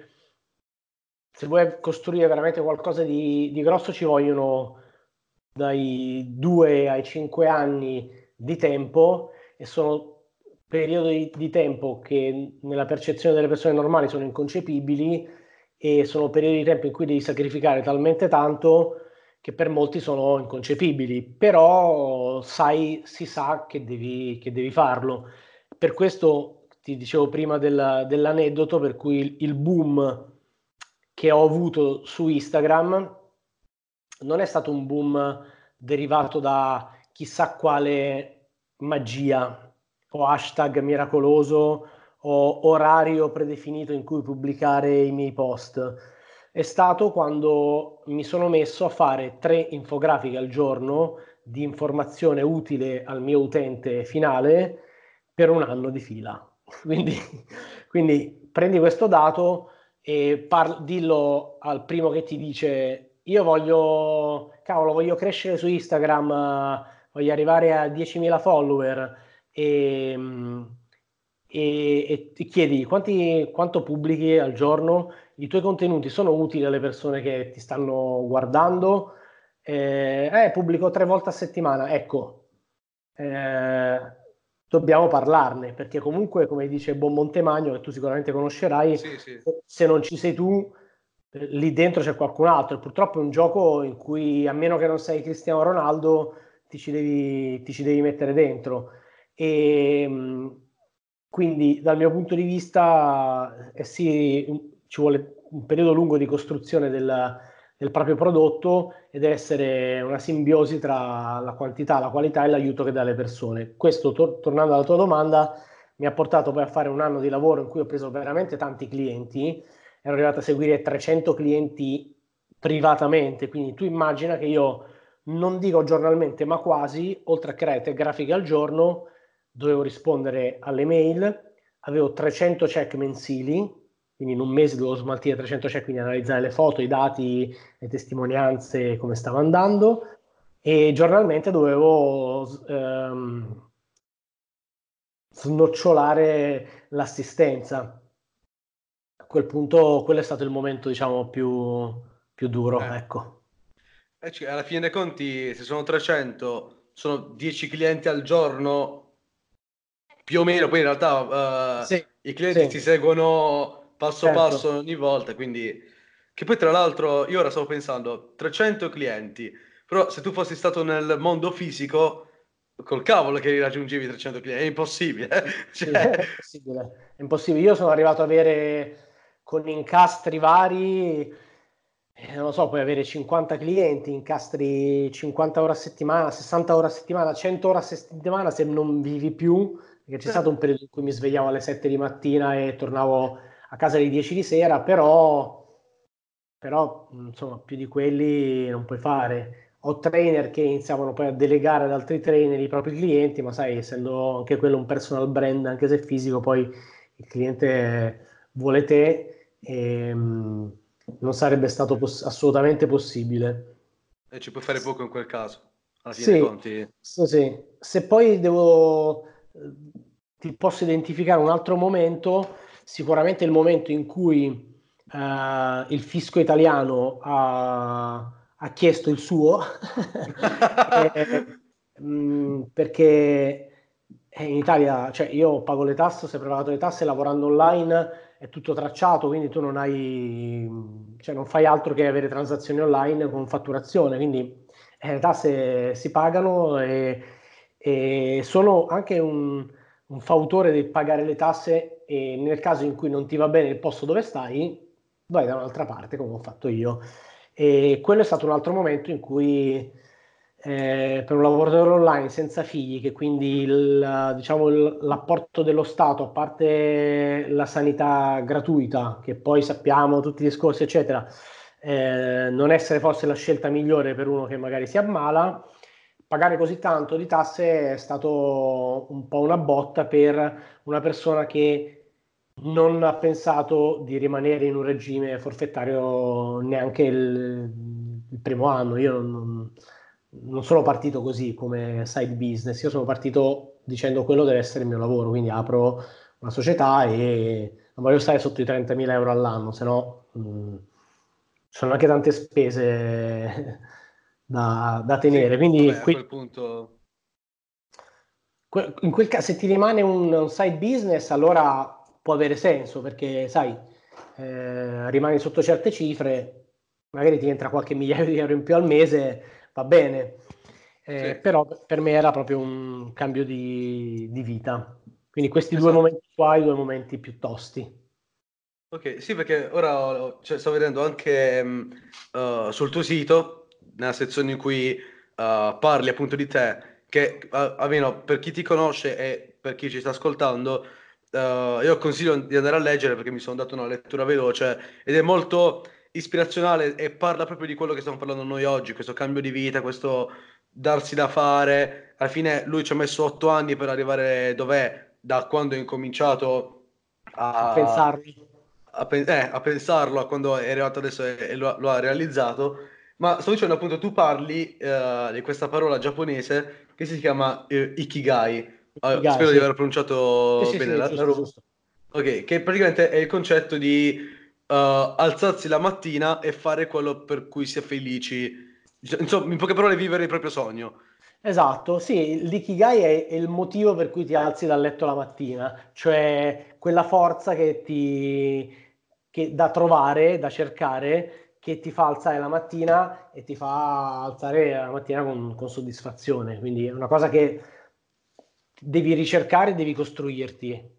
se vuoi costruire veramente qualcosa di, di grosso ci vogliono dai due ai cinque anni di tempo e sono periodi di tempo che nella percezione delle persone normali sono inconcepibili e sono periodi di tempo in cui devi sacrificare talmente tanto che per molti sono inconcepibili, però sai, si sa che devi, che devi farlo. Per questo ti dicevo prima del- dell'aneddoto per cui il, il boom che ho avuto su Instagram non è stato un boom derivato da chissà quale magia o hashtag miracoloso o orario predefinito in cui pubblicare i miei post. È stato quando mi sono messo a fare tre infografiche al giorno di informazione utile al mio utente finale per un anno di fila. Quindi, quindi prendi questo dato e par- dillo al primo che ti dice io voglio, cavolo, voglio crescere su Instagram, eh, voglio arrivare a diecimila follower e, mm, e, e ti chiedi quanti, quanto pubblichi al giorno, i tuoi contenuti sono utili alle persone che ti stanno guardando, eh, eh, pubblico tre volte a settimana, ecco, eh, dobbiamo parlarne, perché comunque, come dice Buon Montemagno, che tu sicuramente conoscerai, Sì, sì. se non ci sei tu, eh, lì dentro c'è qualcun altro. E purtroppo è un gioco in cui, a meno che non sei Cristiano Ronaldo, ti ci devi, ti ci devi mettere dentro. E mh, quindi, dal mio punto di vista, eh sì, un- ci vuole un periodo lungo di costruzione del, del proprio prodotto e deve essere una simbiosi tra la quantità, la qualità e l'aiuto che dà alle persone. Questo, tor- tornando alla tua domanda, mi ha portato poi a fare un anno di lavoro in cui ho preso veramente tanti clienti, ero arrivato a seguire trecento clienti privatamente, quindi tu immagina che io non dico giornalmente, ma quasi, oltre a creare tre grafiche al giorno, dovevo rispondere alle mail, avevo trecento check mensili, quindi in un mese dovevo smaltire trecento check, quindi analizzare le foto, i dati, le testimonianze, come stava andando, e giornalmente dovevo ehm, snocciolare l'assistenza. A quel punto, quello è stato il momento, diciamo, più, più duro, Eh. ecco. Eh, cioè, alla fine dei conti, se sono trecento, sono dieci clienti al giorno, più o meno. Poi in realtà Sì, eh, i clienti sì, ti seguono passo certo. passo ogni volta, quindi... Che poi tra l'altro io ora stavo pensando, trecento clienti, però se tu fossi stato nel mondo fisico, col cavolo che raggiungevi trecento clienti, è impossibile. Sì, Cioè, è impossibile. È impossibile. Io sono arrivato ad avere con incastri vari, eh, non lo so, puoi avere cinquanta clienti, incastri cinquanta ore a settimana, sessanta ore a settimana, cento ore a settimana se non vivi più, perché c'è stato un periodo in cui mi svegliavo alle sette di mattina e tornavo a casa alle dieci di sera, però, però insomma, più di quelli non puoi fare. Ho trainer che iniziavano poi a delegare ad altri trainer i propri clienti, ma sai, essendo anche quello un personal brand, anche se fisico, poi il cliente vuole te e mh, non sarebbe stato poss- assolutamente possibile. e ci puoi fare poco in quel caso, alla fine dei Sì, conti. sì, sì. Se poi devo, eh, ti posso identificare un altro momento, sicuramente il momento in cui eh, il fisco italiano ha, ha chiesto il suo, eh, mh, perché in Italia, cioè io pago le tasse, ho sempre pagato le tasse, lavorando online è tutto tracciato, quindi tu non hai, cioè non fai altro che avere transazioni online con fatturazione, quindi eh, le tasse si pagano e, e sono anche un, un fautore di pagare le tasse e nel caso in cui non ti va bene il posto dove stai, vai da un'altra parte come ho fatto io. E quello è stato un altro momento in cui eh, per un lavoratore online senza figli, che quindi il, diciamo, il- l'apporto dello Stato, a parte la sanità gratuita, che poi sappiamo tutti i discorsi, eccetera, eh, non essere forse la scelta migliore per uno che magari si ammala, pagare così tanto di tasse è stato un po' una botta per una persona che non ha pensato di rimanere in un regime forfettario neanche il, il primo anno. Io non, non sono partito così come side business, io sono partito dicendo quello deve essere il mio lavoro, quindi apro una società e non voglio stare sotto i trentamila euro all'anno, se no mh, ci sono anche tante spese da, da Sì, tenere. Quindi vabbè, a qui quel punto... Que- in quel caso, se ti rimane un, un side business, allora può avere senso perché, sai, eh, rimani sotto certe cifre, magari ti entra qualche migliaio di euro in più al mese, va bene. Eh, Sì, però per me era proprio un cambio di, di vita. Quindi questi due esatto. momenti qua, i due momenti più tosti. Ok, sì, perché ora ho- cioè, sto vedendo anche mh, uh, sul tuo sito, nella sezione in cui uh, parli appunto di te, che uh, almeno per chi ti conosce e per chi ci sta ascoltando, uh, io consiglio di andare a leggere perché mi sono dato una lettura veloce ed è molto ispirazionale e parla proprio di quello che stiamo parlando noi oggi, questo cambio di vita, questo darsi da fare. Alla fine lui ci ha messo otto anni per arrivare dov'è, da quando ha incominciato A a pensarlo. a, pen- eh, a pensarlo a quando è arrivato adesso e, e lo, lo ha realizzato. Ma sto dicendo appunto, tu parli eh, di questa parola giapponese che si chiama eh, Ikigai. Eh, Ikigai, spero di sì. aver Sì, pronunciato sì, bene sì, la, la giusto, roba. giusto. Ok, che praticamente è il concetto di eh, alzarsi la mattina e fare quello per cui si è felici. Insomma, in poche parole, vivere il proprio sogno. Esatto, sì, l'ikigai è, è il motivo per cui ti alzi dal letto la mattina, cioè quella forza che ti, che da trovare, da cercare, che ti fa alzare la mattina e ti fa alzare la mattina con, con soddisfazione. Quindi è una cosa che devi ricercare e devi costruirti.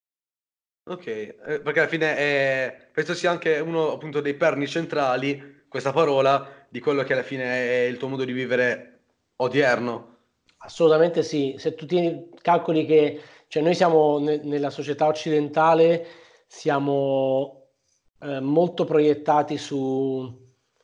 Ok, eh, perché alla fine è, penso sia anche uno appunto dei perni centrali, questa parola di quello che alla fine è il tuo modo di vivere odierno. Assolutamente sì, se tu tieni, calcoli che cioè noi siamo ne- nella società occidentale, siamo eh, molto proiettati su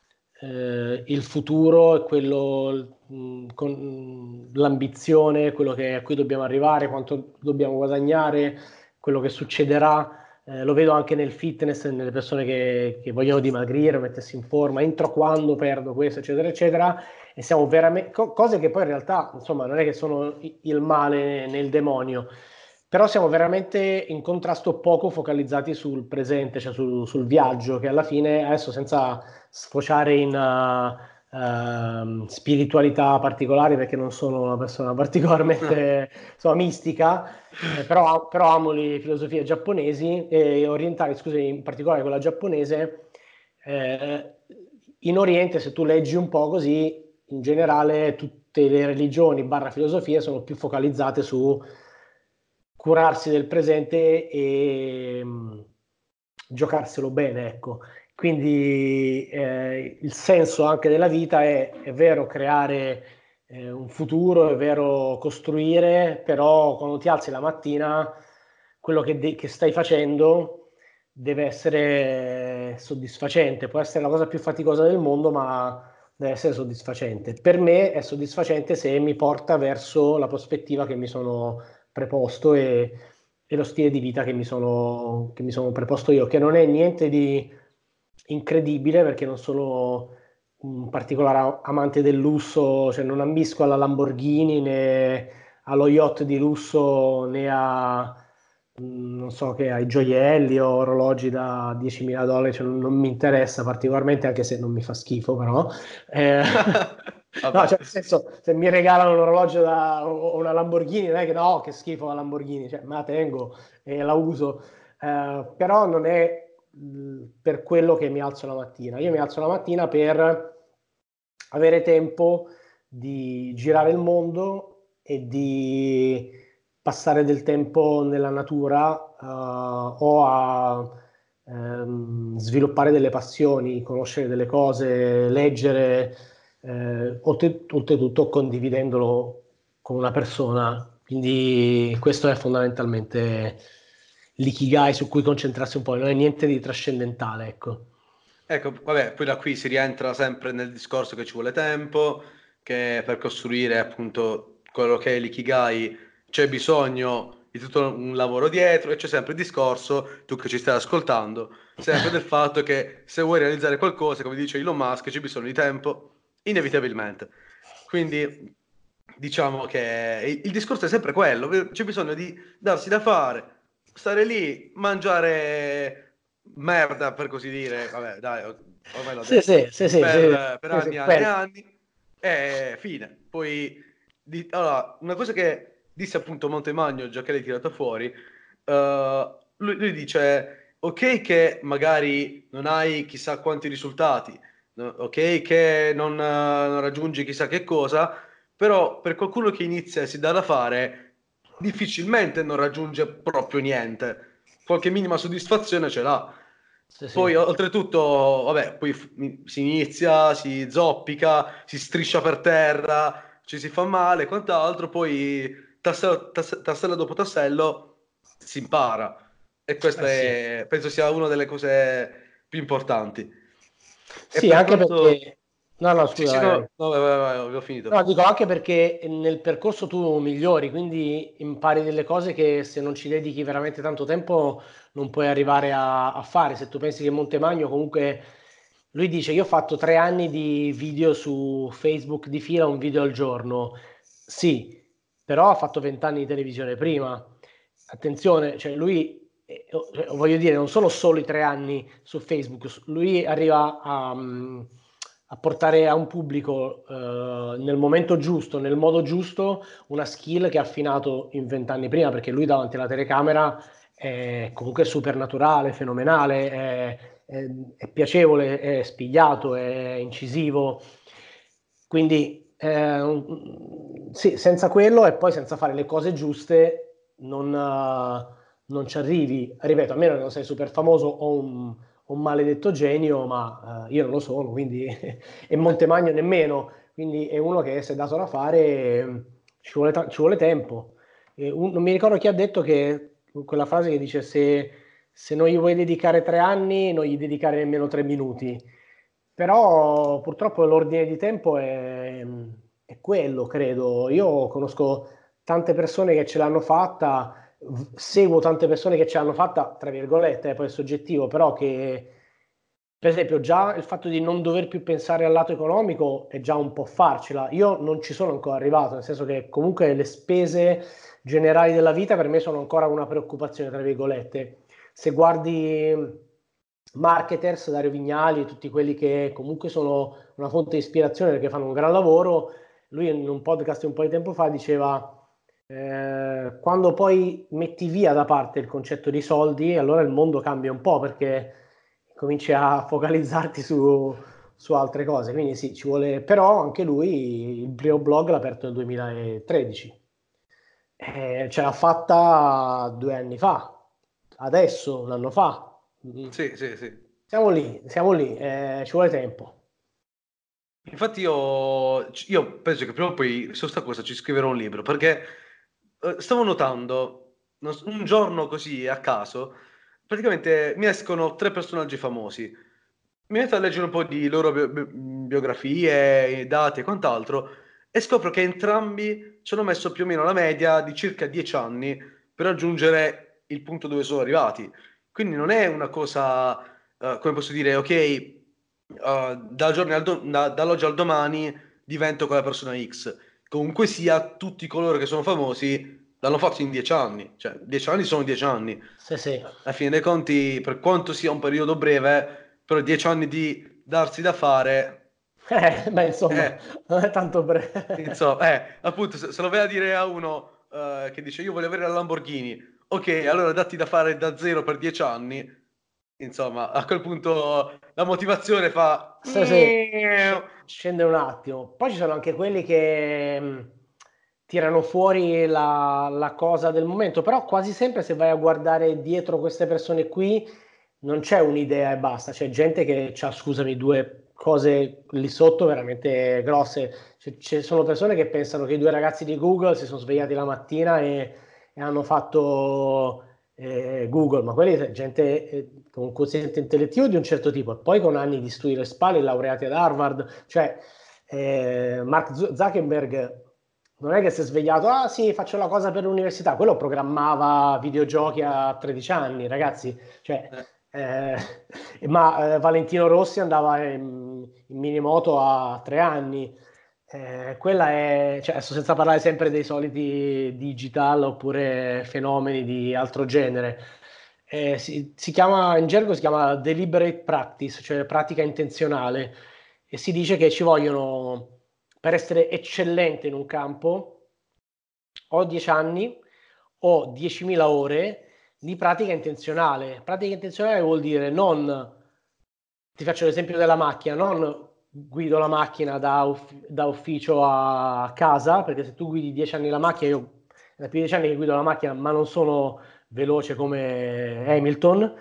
eh, il futuro e quello mh, con l'ambizione, quello che- a cui dobbiamo arrivare, quanto dobbiamo guadagnare, quello che succederà. Eh, lo vedo anche nel fitness, nelle persone che, che vogliono dimagrire, mettersi in forma, entro quando perdo questo, eccetera, eccetera. E siamo veramente co- cose che poi in realtà, insomma, non è che sono i- il male nel demonio, però siamo veramente in contrasto poco focalizzati sul presente, cioè sul, sul viaggio, che alla fine, adesso senza sfociare in uh, ehm, spiritualità particolari, perché non sono una persona particolarmente insomma, mistica, eh, però, però amo le filosofie giapponesi e orientali, scusi, in particolare quella giapponese. Eh, in Oriente, se tu leggi un po' così, in generale tutte le religioni barra filosofie sono più focalizzate su curarsi del presente e mh, giocarselo bene, ecco. Quindi eh, il senso anche della vita è, è vero creare eh, un futuro, è vero costruire, però quando ti alzi la mattina, quello che, de- che stai facendo deve essere soddisfacente. Può essere la cosa più faticosa del mondo, ma deve essere soddisfacente. Per me è soddisfacente se mi porta verso la prospettiva che mi sono preposto e, e lo stile di vita che mi sono, che mi sono preposto io, che non è niente di incredibile perché non sono un particolare amante del lusso, cioè non ambisco alla Lamborghini né allo yacht di lusso né a mh, non so che ai gioielli o orologi da diecimila dollari, cioè non, non mi interessa particolarmente, anche se non mi fa schifo, però. Eh, no, Vabbè. cioè, nel senso, se mi regalano un orologio da, o una Lamborghini, non è che no, che schifo la Lamborghini, cioè, me la tengo e la uso. Eh, però non è mh, per quello che mi alzo la mattina. Io mi alzo la mattina per avere tempo di girare il mondo e di passare del tempo nella natura, eh, o a ehm, sviluppare delle passioni, conoscere delle cose, leggere, eh, oltre- oltretutto condividendolo con una persona. Quindi questo è fondamentalmente l'ikigai su cui concentrarsi un po', non è niente di trascendentale, ecco. Ecco, vabbè, poi da qui si rientra sempre nel discorso che ci vuole tempo, che per costruire appunto quello che è l'ikigai c'è bisogno di tutto un lavoro dietro e c'è sempre il discorso, tu che ci stai ascoltando, sempre del fatto che se vuoi realizzare qualcosa, come dice Elon Musk, c'è bisogno di tempo, inevitabilmente. Quindi diciamo che il, il discorso è sempre quello, c'è bisogno di darsi da fare, stare lì, mangiare merda per così dire, vabbè dai, ormai l'ho Sì, detto, sì, sì, sì, sì, per, per sì, sì, anni e anni e quello. anni, e fine. Poi, di- allora, una cosa che disse appunto Montemagno, già che l'hai tirato fuori, eh, lui, lui dice, ok che magari non hai chissà quanti risultati, no- ok che non, eh, non raggiungi chissà che cosa, però per qualcuno che inizia e si dà da fare, difficilmente non raggiunge proprio niente. Qualche minima soddisfazione ce l'ha. Sì, sì. Poi, oltretutto, vabbè, poi f- mi- si inizia, si zoppica, si striscia per terra, ci si fa male, quant'altro, poi tassello, tass- tassello dopo tassello si impara. E questo Eh sì. è, penso sia una delle cose più importanti. E Sì, per anche quanto... perché... No, no, Sì, scusa, sì, vai, vai. no, no, vai, vai, vai, ho finito. No, dico anche perché nel percorso tu migliori, quindi impari delle cose che se non ci dedichi veramente tanto tempo non puoi arrivare a, a fare. Se tu pensi che Montemagno comunque, lui dice, io ho fatto tre anni di video su Facebook di fila, un video al giorno. Sì, però ha fatto vent'anni di televisione prima. Attenzione, cioè lui, eh, cioè, voglio dire, non sono solo i tre anni su Facebook, lui arriva a... mm, a portare a un pubblico eh, nel momento giusto, nel modo giusto, una skill che ha affinato in vent'anni prima, perché lui davanti alla telecamera è comunque super naturale, fenomenale, è, è, è piacevole, è spigliato, è incisivo. Quindi eh, sì, senza quello e poi senza fare le cose giuste non, eh, non ci arrivi. Ripeto, a meno che non sei super famoso o un, un maledetto genio, ma eh, io non lo sono, quindi e Montemagno nemmeno, quindi è uno che si è dato da fare, eh, ci vuole, ta- ci vuole tempo. E un- non mi ricordo chi ha detto che quella frase che dice se, se non gli vuoi dedicare tre anni, non gli dedicare nemmeno tre minuti. Però purtroppo l'ordine di tempo è, è quello, credo. Io conosco tante persone che ce l'hanno fatta, v- seguo tante persone che ce l'hanno fatta, tra virgolette, eh, poi è soggettivo, però che per esempio già il fatto di non dover più pensare al lato economico è già un po' farcela. Io non ci sono ancora arrivato, nel senso che comunque le spese generali della vita per me sono ancora una preoccupazione, tra virgolette. Se guardi marketers, Dario Vignali, tutti quelli che comunque sono una fonte di ispirazione perché fanno un gran lavoro, lui in un podcast un po' di tempo fa diceva eh, quando poi metti via da parte il concetto di soldi, allora il mondo cambia un po' perché cominci a focalizzarti su, su altre cose. Quindi sì, ci vuole, però anche lui il primo blog l'ha aperto nel duemilatredici. Eh, ce l'ha fatta due anni fa, adesso, un anno fa. Mm. Sì, sì, sì. Siamo lì, siamo lì, eh, ci vuole tempo. Infatti io, io penso che prima o poi su sta cosa ci scriverò un libro, perché eh, stavo notando, non so, un giorno così a caso, praticamente mi escono tre personaggi famosi. Mi metto a leggere un po' di loro bio- bio- biografie, dati e quant'altro, e scopro che entrambi ci hanno messo più o meno la media di circa dieci anni per raggiungere il punto dove sono arrivati. Quindi non è una cosa, eh, come posso dire, ok, uh, dal giorno al do- da- dall'oggi al domani divento quella persona X. Comunque sia, tutti coloro che sono famosi l'hanno fatto in dieci anni. Cioè, dieci anni sono dieci anni. Sì, sì. Alla fine dei conti, per quanto sia un periodo breve, però dieci anni di darsi da fare, Eh, beh, insomma, eh, non è tanto breve. insomma, eh, appunto, se, se lo vai a dire a uno eh, che dice io voglio avere la Lamborghini, ok, allora datti da fare da zero per dieci anni, insomma, a quel punto la motivazione fa... Sì, sì, sc- scende un attimo. Poi ci sono anche quelli che mh, tirano fuori la, la cosa del momento, però quasi sempre se vai a guardare dietro queste persone qui non c'è un'idea e basta, c'è gente che ha, scusami, due cose lì sotto veramente grosse. Ci ci sono persone che pensano che i due ragazzi di Google si sono svegliati la mattina e, e hanno fatto eh, Google, ma quelli è gente eh, con un quoziente intellettivo di un certo tipo, e poi con anni di studi alle spalle, laureati ad Harvard, cioè eh, Mark Z- Zuckerberg non è che si è svegliato, ah sì, faccio la cosa per l'università, quello programmava videogiochi a tredici anni, ragazzi, cioè, Eh, eh, ma eh, Valentino Rossi andava in, in minimoto a tre anni. Eh, quella è, cioè, adesso senza parlare sempre dei soliti digital oppure fenomeni di altro genere. Eh, si, si chiama, in gergo si chiama deliberate practice, cioè pratica intenzionale, e si dice che ci vogliono, per essere eccellente in un campo, o dieci anni o diecimila ore di pratica intenzionale. Pratica intenzionale vuol dire non, ti faccio l'esempio della macchina, non guido la macchina da, uff- da ufficio a casa, perché se tu guidi dieci anni la macchina, io da più di dieci anni che guido la macchina, ma non sono veloce come Hamilton.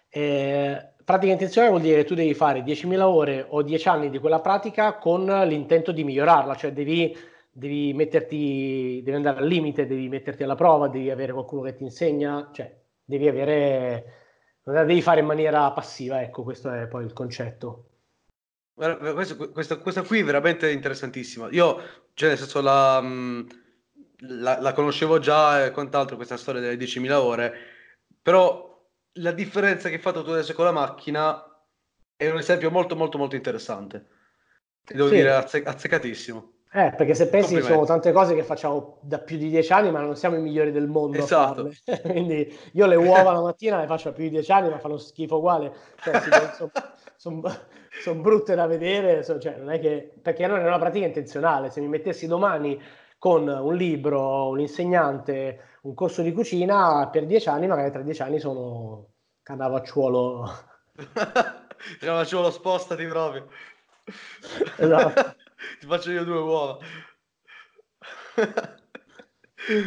Eh, pratica intenzionale vuol dire che tu devi fare diecimila ore o dieci anni di quella pratica con l'intento di migliorarla, cioè devi, devi metterti, devi andare al limite, devi metterti alla prova, devi avere qualcuno che ti insegna, cioè devi avere, non la devi fare in maniera passiva, ecco, questo è poi il concetto. guarda, questo- questa, questa qui è veramente interessantissima. Io, cioè, nel senso, la, mh, la, la conoscevo già e quant'altro, questa storia delle diecimila ore, però la differenza che hai fatto tu adesso con la macchina è un esempio molto, molto, molto interessante. Ti devo dire, Sì, azze- azzeccatissimo. eh, perché se pensi ci sono Complimenti. tante cose che facciamo da più di dieci anni, ma non siamo i migliori del mondo a farle. Esatto. Quindi io le uova la mattina le faccio da più di dieci anni, ma fanno schifo uguale. Cioè, sono brutte da vedere, so- cioè, non è che, perché non è una pratica intenzionale. Se mi mettessi domani con un libro, un insegnante, un corso di cucina, per dieci anni, magari tra dieci anni sono Cannavacciuolo. Cioè, facevo lo spostati proprio. Esatto. Ti faccio io due uova.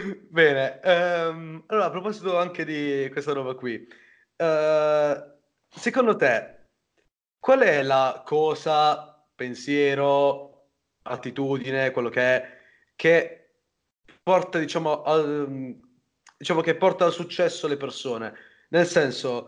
Bene, ehm, allora a proposito anche di questa roba qui, eh, secondo te, qual è la cosa, pensiero, attitudine, quello che è, che porta, diciamo, al, diciamo che porta al successo le persone? Nel senso,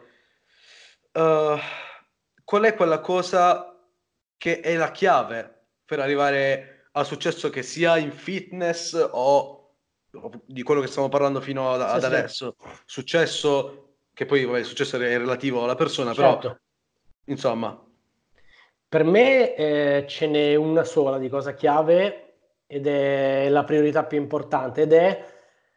eh, qual è quella cosa che è la chiave per arrivare al successo che sia in fitness o, o di quello che stiamo parlando fino ad, Sì, ad sì, adesso? Successo, che poi vabbè, il successo è relativo alla persona, però certo. insomma, Per me eh, ce n'è una sola di cosa chiave ed è la priorità più importante ed è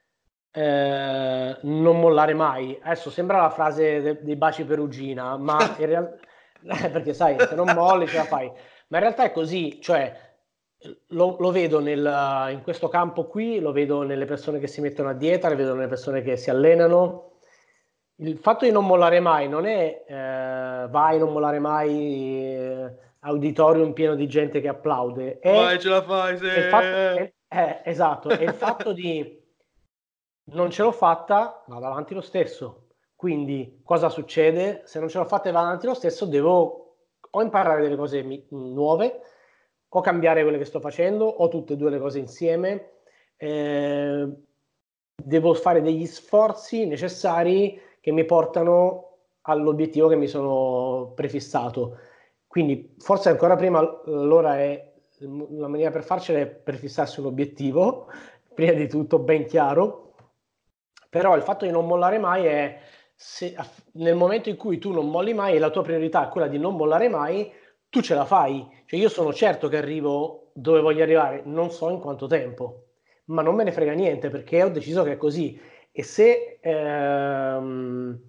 eh, non mollare mai. Adesso sembra la frase de- dei baci perugina, ma in realtà, perché sai, se non molli ce la fai, ma in realtà è così, cioè lo, lo vedo nel- in questo campo qui, lo vedo nelle persone che si mettono a dieta, le vedo nelle persone che si allenano. Il fatto di non mollare mai non è eh, vai, non mollare mai, eh, auditorium pieno di gente che applaude, vai, è, ce la fai, è il fatto, se... è- è- esatto, è il fatto di non ce l'ho fatta, vado avanti lo stesso. Quindi cosa succede? Se non ce l'ho fatta e vado avanti lo stesso, devo o imparare delle cose mi- nuove, o cambiare quelle che sto facendo, o tutte e due le cose insieme. Eh, devo fare degli sforzi necessari che mi portano all'obiettivo che mi sono prefissato. Quindi forse ancora prima l'ora è la maniera per farcela è prefissarsi un obiettivo, prima di tutto ben chiaro, però il fatto di non mollare mai è se, nel momento in cui tu non molli mai e la tua priorità è quella di non mollare mai, tu ce la fai. Cioè io sono certo che arrivo dove voglio arrivare, non so in quanto tempo, ma non me ne frega niente perché ho deciso che è così. E se ehm,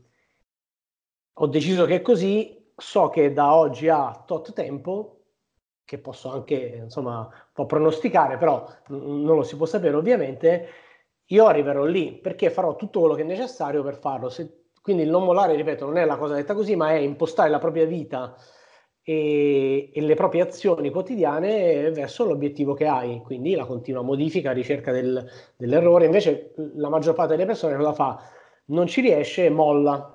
ho deciso che è così, so che da oggi a tot tempo, che posso anche insomma un po' pronosticare, però n- non lo si può sapere ovviamente, io arriverò lì perché farò tutto quello che è necessario per farlo. Se- quindi il non mollare, ripeto, non è la cosa detta così, ma è impostare la propria vita e, e le proprie azioni quotidiane verso l'obiettivo che hai. Quindi la continua modifica, ricerca del- dell'errore. Invece la maggior parte delle persone cosa fa? Non ci riesce e molla.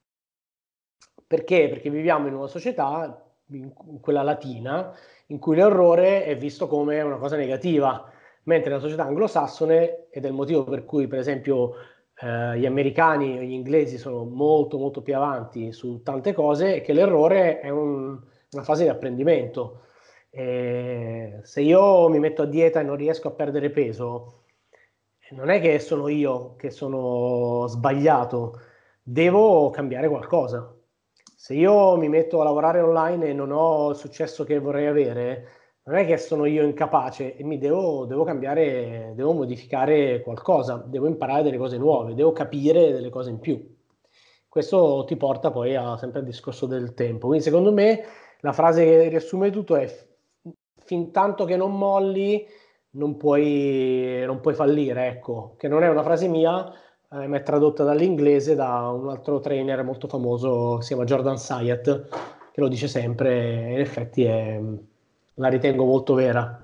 Perché? Perché viviamo in una società, in quella latina, in cui l'errore è visto come una cosa negativa, mentre nella società anglosassone, ed è il motivo per cui, per esempio, eh, gli americani e gli inglesi sono molto molto più avanti su tante cose, è che l'errore è un- una fase di apprendimento. E se io mi metto a dieta e non riesco a perdere peso, non è che sono io che sono sbagliato, devo cambiare qualcosa. Se io mi metto a lavorare online e non ho il successo che vorrei avere, non è che sono io incapace e mi devo, devo cambiare, devo modificare qualcosa, devo imparare delle cose nuove, devo capire delle cose in più. Questo ti porta poi a, sempre al discorso del tempo. Quindi secondo me la frase che riassume tutto è fin tanto che non molli non puoi, non puoi fallire, ecco, che non è una frase mia, eh, ma è tradotta dall'inglese da un altro trainer molto famoso, si chiama Jordan Syatt, che lo dice sempre, e in effetti è, la ritengo molto vera.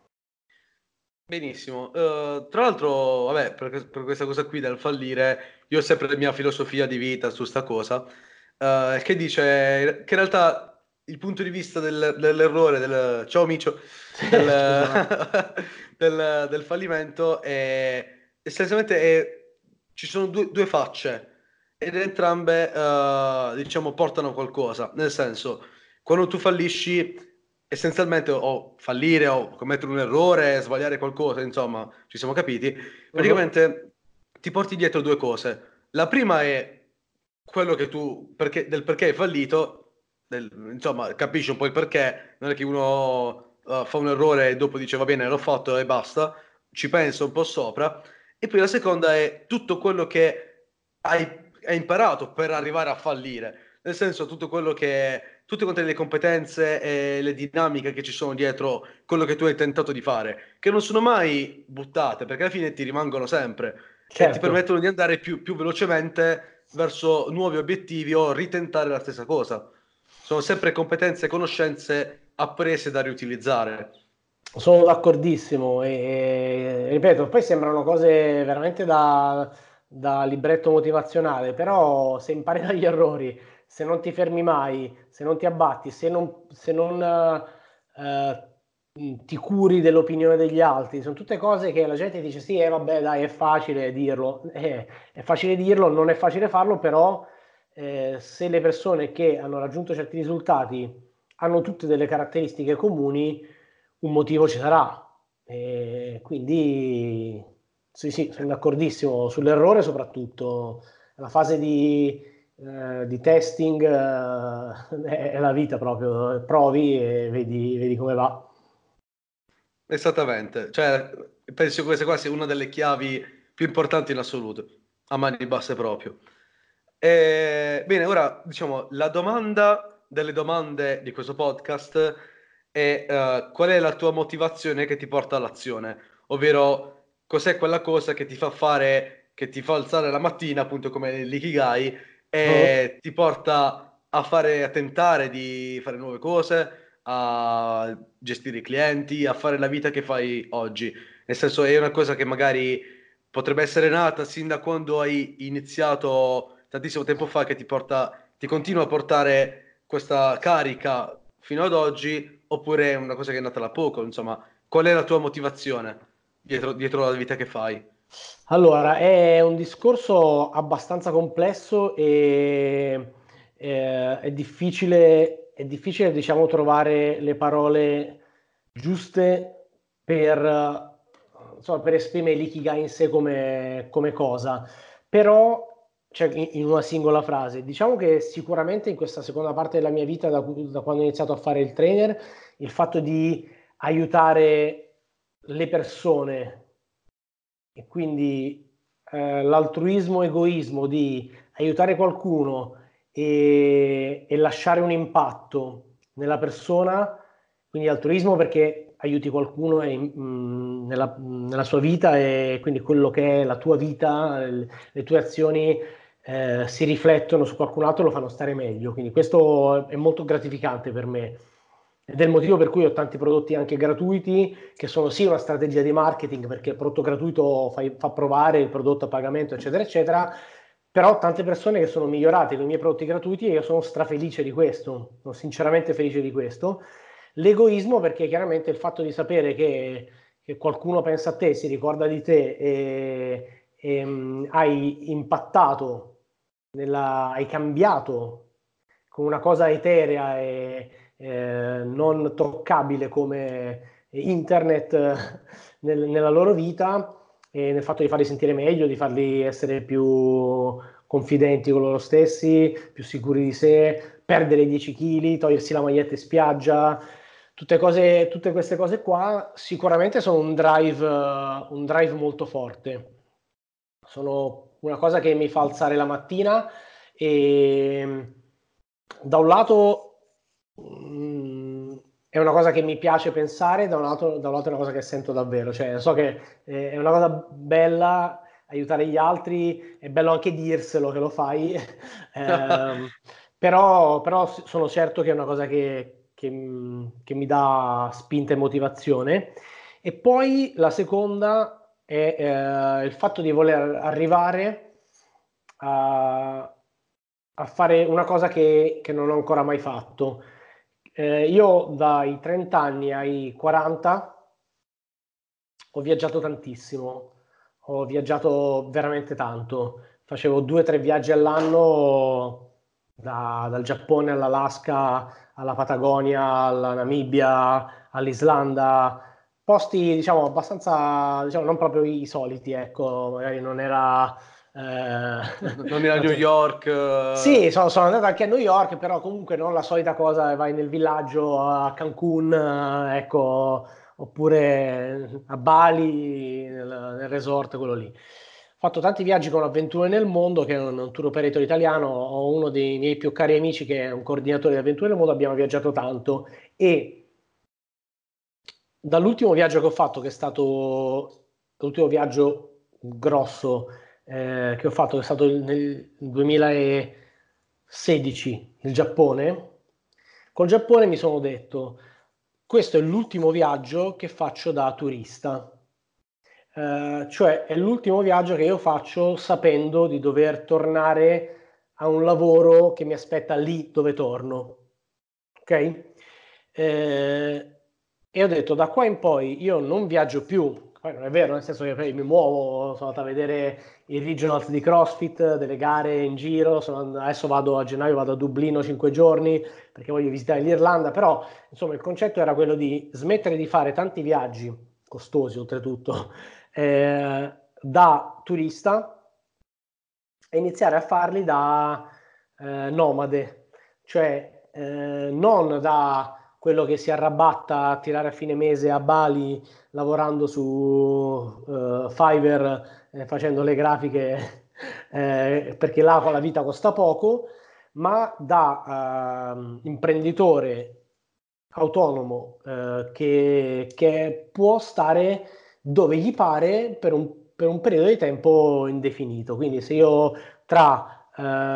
benissimo. Eh, tra l'altro, vabbè, per, per questa cosa qui del fallire, io ho sempre la mia filosofia di vita su sta cosa, eh, che dice che in realtà il punto di vista del- dell'errore, del, ciao Micio, del, Scusa. del- del fallimento è essenzialmente è- ci sono due, due facce ed entrambe, eh, diciamo, portano a qualcosa. Nel senso, quando tu fallisci essenzialmente o fallire o commettere un errore, sbagliare qualcosa, insomma, ci siamo capiti, Mhm. praticamente ti porti dietro due cose. La prima è quello che tu, perché, del perché hai fallito, del- insomma, capisci un po' il perché, non è che uno uh, fa un errore e dopo dice va bene, l'ho fatto e basta, ci pensa un po' sopra. E poi la seconda è tutto quello che hai, hai imparato per arrivare a fallire, nel senso tutto quello che tutte quante le competenze e le dinamiche che ci sono dietro quello che tu hai tentato di fare, che non sono mai buttate, perché alla fine ti rimangono sempre e ti Certo. permettono di andare più, più velocemente verso nuovi obiettivi o ritentare la stessa cosa. Sono sempre competenze e conoscenze apprese da riutilizzare. Sono d'accordissimo e, e, ripeto, poi sembrano cose veramente da, da libretto motivazionale, però se impari dagli errori, se non ti fermi mai, se non ti abbatti, se non, se non eh, ti curi dell'opinione degli altri, sono tutte cose che la gente dice sì, eh, vabbè dai, è facile dirlo, eh, è facile dirlo, non è facile farlo, però eh, se le persone che hanno raggiunto certi risultati hanno tutte delle caratteristiche comuni, un motivo ci sarà. E quindi sì, sì, sono d'accordissimo sull'errore, soprattutto la fase di, eh, di testing eh, è la vita proprio, provi e vedi, vedi come va. Esattamente, cioè penso che questa qua sia una delle chiavi più importanti in assoluto, a mani basse proprio. E, bene, ora diciamo la domanda delle domande di questo podcast è eh, qual è la tua motivazione che ti porta all'azione, ovvero cos'è quella cosa che ti fa fare, che ti fa alzare la mattina, appunto come l'ikigai, Oh. e ti porta a fare, a tentare di fare nuove cose, a gestire i clienti, a fare la vita che fai oggi. Nel senso, è una cosa che magari potrebbe essere nata sin da quando hai iniziato tantissimo tempo fa, che ti porta, ti continua a portare questa carica fino ad oggi, oppure è una cosa che è nata da poco, insomma, qual è la tua motivazione dietro, dietro la vita che fai? Allora, è un discorso abbastanza complesso e eh, è difficile, è difficile, diciamo, trovare le parole giuste per, eh, insomma, per esprimere l'ikigai in sé come, come cosa. Però, cioè, in, in una singola frase, diciamo che sicuramente in questa seconda parte della mia vita, da, da quando ho iniziato a fare il trainer, il fatto di aiutare le persone e quindi eh, l'altruismo egoismo di aiutare qualcuno e, e lasciare un impatto nella persona, quindi altruismo perché aiuti qualcuno e, mh, nella, nella sua vita e quindi quello che è la tua vita, le, le tue azioni eh, si riflettono su qualcun altro e lo fanno stare meglio. Quindi questo è molto gratificante per me. Ed è il motivo per cui ho tanti prodotti anche gratuiti, che sono sì una strategia di marketing, perché il prodotto gratuito fa, fa provare il prodotto a pagamento, eccetera, eccetera, però ho tante persone che sono migliorate con i miei prodotti gratuiti e io sono strafelice di questo, sono sinceramente felice di questo. L'egoismo perché chiaramente il fatto di sapere che, che qualcuno pensa a te, si ricorda di te e, e um, hai impattato, nella, hai cambiato con una cosa eterea e eh, non toccabile come internet eh, nel, nella loro vita e nel fatto di farli sentire meglio, di farli essere più confidenti con loro stessi, più sicuri di sé, perdere dieci chili, togliersi la maglietta in spiaggia, tutte, cose, tutte queste cose qua sicuramente sono un drive, uh, un drive molto forte. Sono una cosa che mi fa alzare la mattina e da un lato mh, è una cosa che mi piace pensare, da un lato, da un lato è una cosa che sento davvero, cioè so che eh, è una cosa bella aiutare gli altri, è bello anche dirselo che lo fai, eh, però, però sono certo che è una cosa che, che, che mi dà spinta e motivazione. E poi la seconda è eh, il fatto di voler arrivare a, a fare una cosa che, che non ho ancora mai fatto. Eh, io dai trenta anni ai quaranta ho viaggiato tantissimo, ho viaggiato veramente tanto, facevo due o tre viaggi all'anno da- dal Giappone all'Alaska, alla Patagonia, alla Namibia, all'Islanda, posti diciamo abbastanza, diciamo non proprio i soliti, ecco, magari non era... eh, Non era New York, eh, Sì, sono, sono andato anche a New York, però comunque non la solita cosa, vai nel villaggio a Cancun, eh, ecco, oppure a Bali, nel, nel resort, quello lì. Ho fatto tanti viaggi con Avventure nel Mondo, che è un, un tour operator italiano, ho uno dei miei più cari amici che è un coordinatore di Avventure nel Mondo, abbiamo viaggiato tanto e dall'ultimo viaggio che ho fatto, che è stato l'ultimo viaggio grosso eh, che ho fatto, che è stato nel duemilasedici, il Giappone, col Giappone mi sono detto, questo è l'ultimo viaggio che faccio da turista. Eh, cioè è l'ultimo viaggio che io faccio sapendo di dover tornare a un lavoro che mi aspetta lì dove torno, ok? Eh, e ho detto, da qua in poi io non viaggio più, poi non è vero, nel senso che poi mi muovo, sono andato a vedere i regionals di CrossFit, delle gare in giro, sono and- adesso vado a gennaio, vado a Dublino cinque giorni perché voglio visitare l'Irlanda, però insomma il concetto era quello di smettere di fare tanti viaggi, costosi oltretutto, eh, da turista e iniziare a farli da eh, nomade, cioè eh, non da quello che si arrabatta a tirare a fine mese a Bali lavorando su eh, Fiverr eh, facendo le grafiche eh, perché là la vita costa poco, ma da ehm, imprenditore autonomo eh, che, che può stare dove gli pare per un, per un periodo di tempo indefinito. Quindi se io tra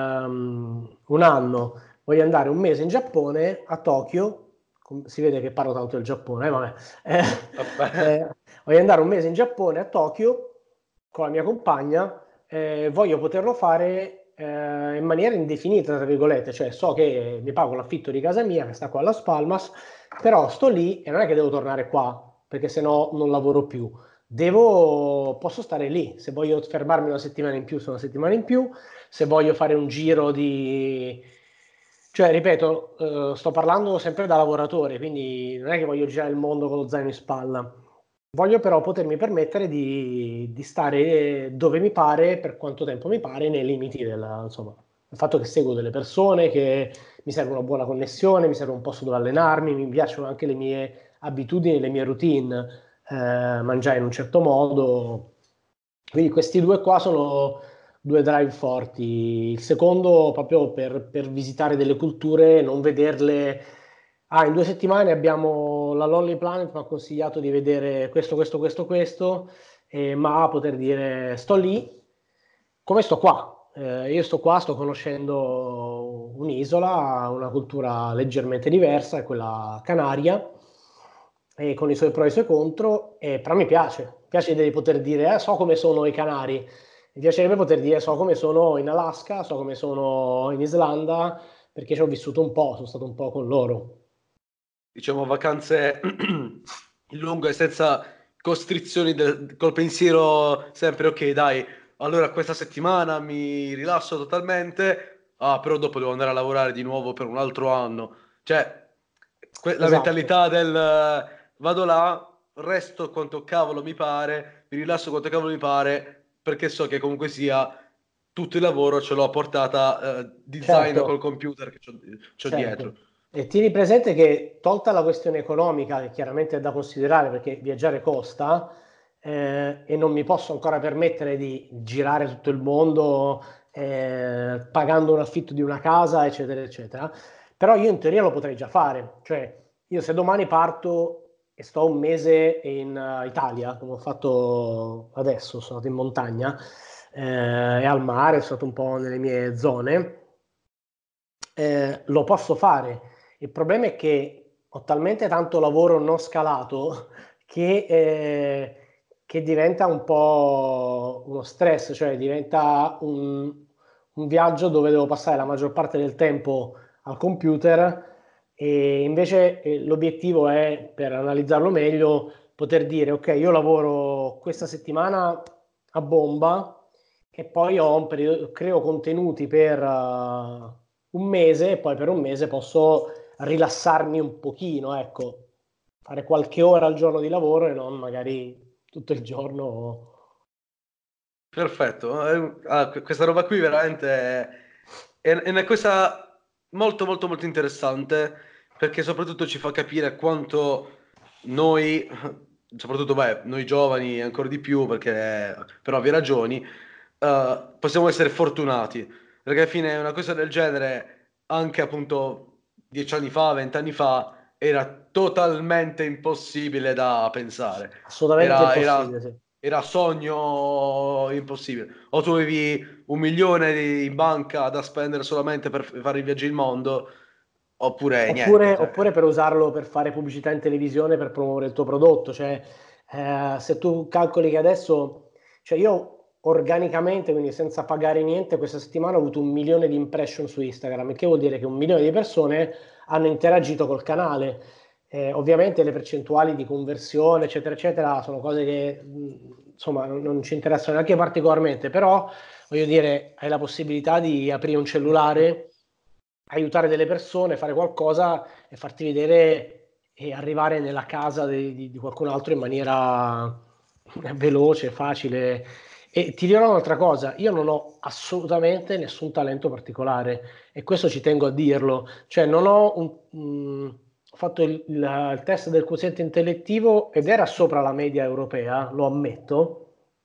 ehm, un anno voglio andare un mese in Giappone, a Tokyo, com- si vede che parlo tanto del Giappone, eh, vabbè, eh, Vabbè. eh, voglio andare un mese in Giappone, a Tokyo, con la mia compagna, eh, voglio poterlo fare eh, in maniera indefinita, tra virgolette, cioè so che mi pago l'affitto di casa mia, che sta qua a Las Palmas, però sto lì e non è che devo tornare qua, perché sennò non lavoro più. Devo, posso stare lì, se voglio fermarmi una settimana in più, sono una settimana in più, se voglio fare un giro di... Cioè, ripeto, eh, sto parlando sempre da lavoratore, quindi non è che voglio girare il mondo con lo zaino in spalla. Voglio però potermi permettere di, di stare dove mi pare, per quanto tempo mi pare, nei limiti della, insomma, il fatto che seguo delle persone, che mi serve una buona connessione, mi serve un posto dove allenarmi, mi piacciono anche le mie abitudini, le mie routine, eh, mangiare in un certo modo. Quindi questi due qua sono due drive forti. Il secondo proprio per, per visitare delle culture, non vederle. Ah, in due settimane abbiamo la Lonely Planet, mi ha consigliato di vedere questo, questo, questo, questo, eh, ma poter dire sto lì, come sto qua. Eh, io sto qua, sto conoscendo un'isola, una cultura leggermente diversa, è quella canaria, e con i suoi pro e i suoi contro, e però mi piace, mi piace di poter dire, eh, so come sono i Canari, mi piacerebbe poter dire, so come sono in Alaska, so come sono in Islanda, perché ci ho vissuto un po', sono stato un po' con loro. Diciamo vacanze lunghe senza costrizioni del- col pensiero sempre ok, dai, allora questa settimana mi rilasso totalmente, ah, però dopo devo andare a lavorare di nuovo per un altro anno. Cioè, que- la Esatto, mentalità del eh, vado là, resto quanto cavolo mi pare, mi rilasso quanto cavolo mi pare, perché so che comunque sia tutto il lavoro ce l'ho a portata, eh, di zaino col certo. computer che c'ho c'ho dietro. Certo, e tieni presente che tolta la questione economica, che chiaramente è da considerare perché viaggiare costa, eh, e non mi posso ancora permettere di girare tutto il mondo eh, pagando un affitto di una casa, eccetera, eccetera, però io in teoria lo potrei già fare, cioè io se domani parto e sto un mese in eh, Italia, come ho fatto adesso, sono andato in montagna eh, e al mare, sono stato un po' nelle mie zone eh, lo posso fare. Il problema è che ho talmente tanto lavoro non scalato che, eh, che diventa un po' uno stress, cioè diventa un, un viaggio dove devo passare la maggior parte del tempo al computer e invece eh, l'obiettivo è, per analizzarlo meglio, poter dire, ok, io lavoro questa settimana a bomba e poi ho un periodo, creo contenuti per uh, un mese e poi per un mese posso rilassarmi un pochino, ecco, fare qualche ora al giorno di lavoro e non magari tutto il giorno. Perfetto, eh, ah, que- questa roba qui veramente è, è- è una cosa molto molto molto interessante perché soprattutto ci fa capire quanto noi, soprattutto beh, noi giovani ancora di più perché per ovvie ragioni, eh, possiamo essere fortunati perché alla fine una cosa del genere anche appunto dieci anni fa, vent'anni fa era totalmente impossibile da pensare. Assolutamente Era, impossibile, era sì. era sogno impossibile. O tu avevi un milione di- in banca da spendere solamente per fare i viaggi il mondo, oppure niente. Oppure, Cioè, oppure per usarlo per fare pubblicità in televisione per promuovere il tuo prodotto. Cioè, eh, se tu calcoli che adesso, cioè io organicamente, quindi senza pagare niente, questa settimana ho avuto un milione di impression su Instagram, il che vuol dire che un milione di persone hanno interagito col canale. Eh, ovviamente le percentuali di conversione, eccetera, eccetera, sono cose che mh, insomma non, non ci interessano neanche particolarmente, però voglio dire, hai la possibilità di aprire un cellulare, aiutare delle persone, fare qualcosa e farti vedere e arrivare nella casa di, di- di qualcun altro in maniera veloce, facile. E ti dirò un'altra cosa, io non ho assolutamente nessun talento particolare e questo ci tengo a dirlo, cioè non ho un, mh, ho fatto il, il- il test del quoziente intellettivo ed era sopra la media europea, lo ammetto,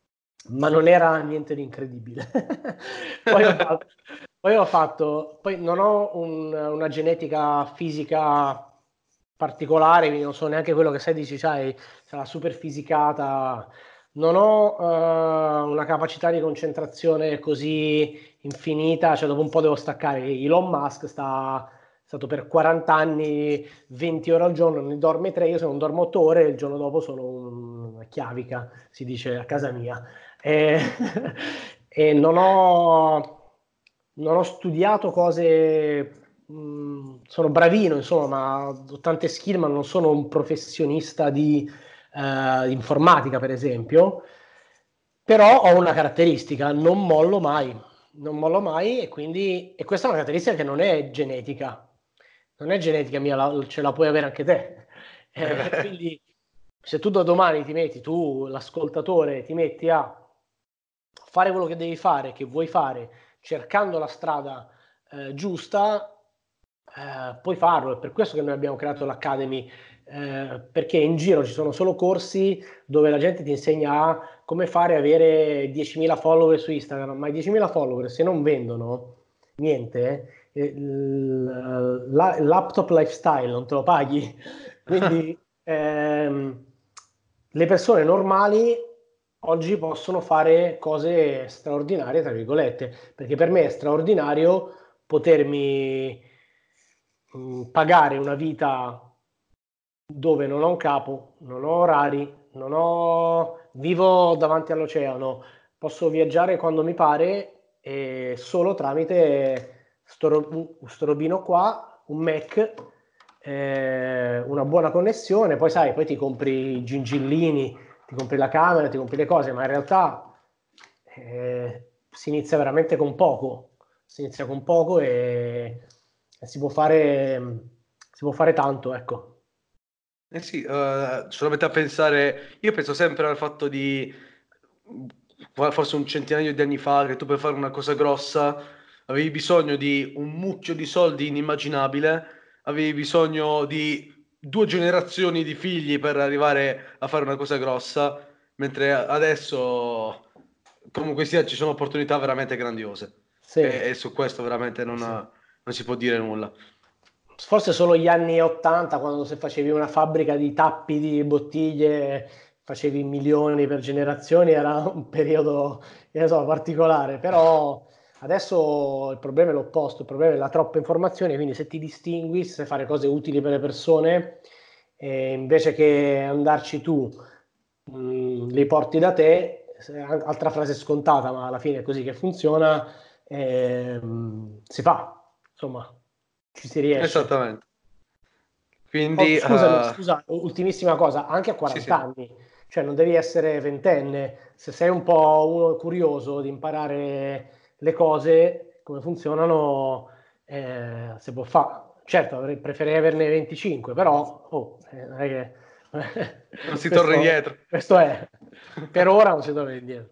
ma non era niente di incredibile. Poi ho fatto, poi ho fatto, poi non ho un- una genetica fisica particolare, quindi non so neanche quello che sai, dici, sai, c'è la super fisicata. Non ho eh, una capacità di concentrazione così infinita, cioè dopo un po' devo staccare. Elon Musk sta, è stato per quaranta anni, venti ore al giorno, ne dorme tre, io se non dormo otto ore, il giorno dopo sono un- una chiavica, si dice a casa mia. E, e non ho, non ho studiato cose, mh, sono bravino, insomma, ma ho tante skill, ma non sono un professionista di eh, informatica, per esempio. Però ho una caratteristica, non mollo mai, non mollo mai e quindi, e questa è una caratteristica che non è genetica, non è genetica mia, la- ce la puoi avere anche te. Eh Eh, beh. quindi se tu da domani ti metti, tu l'ascoltatore, ti metti a fare quello che devi fare, che vuoi fare, cercando la strada eh, giusta, eh, puoi farlo. È per questo che noi abbiamo creato l'Academy, eh, perché in giro ci sono solo corsi dove la gente ti insegna come fare ad avere diecimila follower su Instagram, ma i diecimila follower se non vendono niente, eh, l- la- laptop lifestyle non te lo paghi. Quindi ehm, le persone normali oggi possono fare cose straordinarie, tra virgolette, perché per me è straordinario potermi mh, pagare una vita dove non ho un capo, non ho orari, non ho... vivo davanti all'oceano, posso viaggiare quando mi pare e solo tramite sto, ro- sto robino qua, un Mac, eh, una buona connessione, poi sai, poi ti compri i gingillini, ti compri la camera, ti compri le cose, ma in realtà eh, si inizia veramente con poco, si inizia con poco e, e si può fare, si può fare tanto, ecco. Eh sì, eh, solamente a pensare, io penso sempre al fatto di, mm, forse un centinaio di anni fa, che tu per fare una cosa grossa avevi bisogno di un mucchio di soldi inimmaginabile, avevi bisogno di due generazioni di figli per arrivare a fare una cosa grossa, mentre adesso comunque sia ci sono opportunità veramente grandiose Sì, e, e su questo veramente sì, non, sì. non si può dire nulla. Forse solo gli anni ottanta, quando se facevi una fabbrica di tappi di bottiglie, facevi milioni per generazioni, era un periodo, che ne so, particolare, però adesso il problema è l'opposto, il problema è la troppa informazione, quindi se ti distingui, se sai fare cose utili per le persone, eh, invece che andarci tu, mh, li porti da te, se- altra frase scontata, ma alla fine è così che funziona, ehm, si fa, insomma, ci si riesce. Esattamente. Oh, Quindi, scusami, eh, scusa, ultimissima cosa, anche a sì, quaranta sì. anni, cioè non devi essere ventenne, se sei un po' uno curioso di imparare le cose, come funzionano, eh, si può fare. Certo, avrei, preferirei averne venticinque, però oh, eh, non è che Non si torna questo, indietro. questo è, per ora non si torna indietro.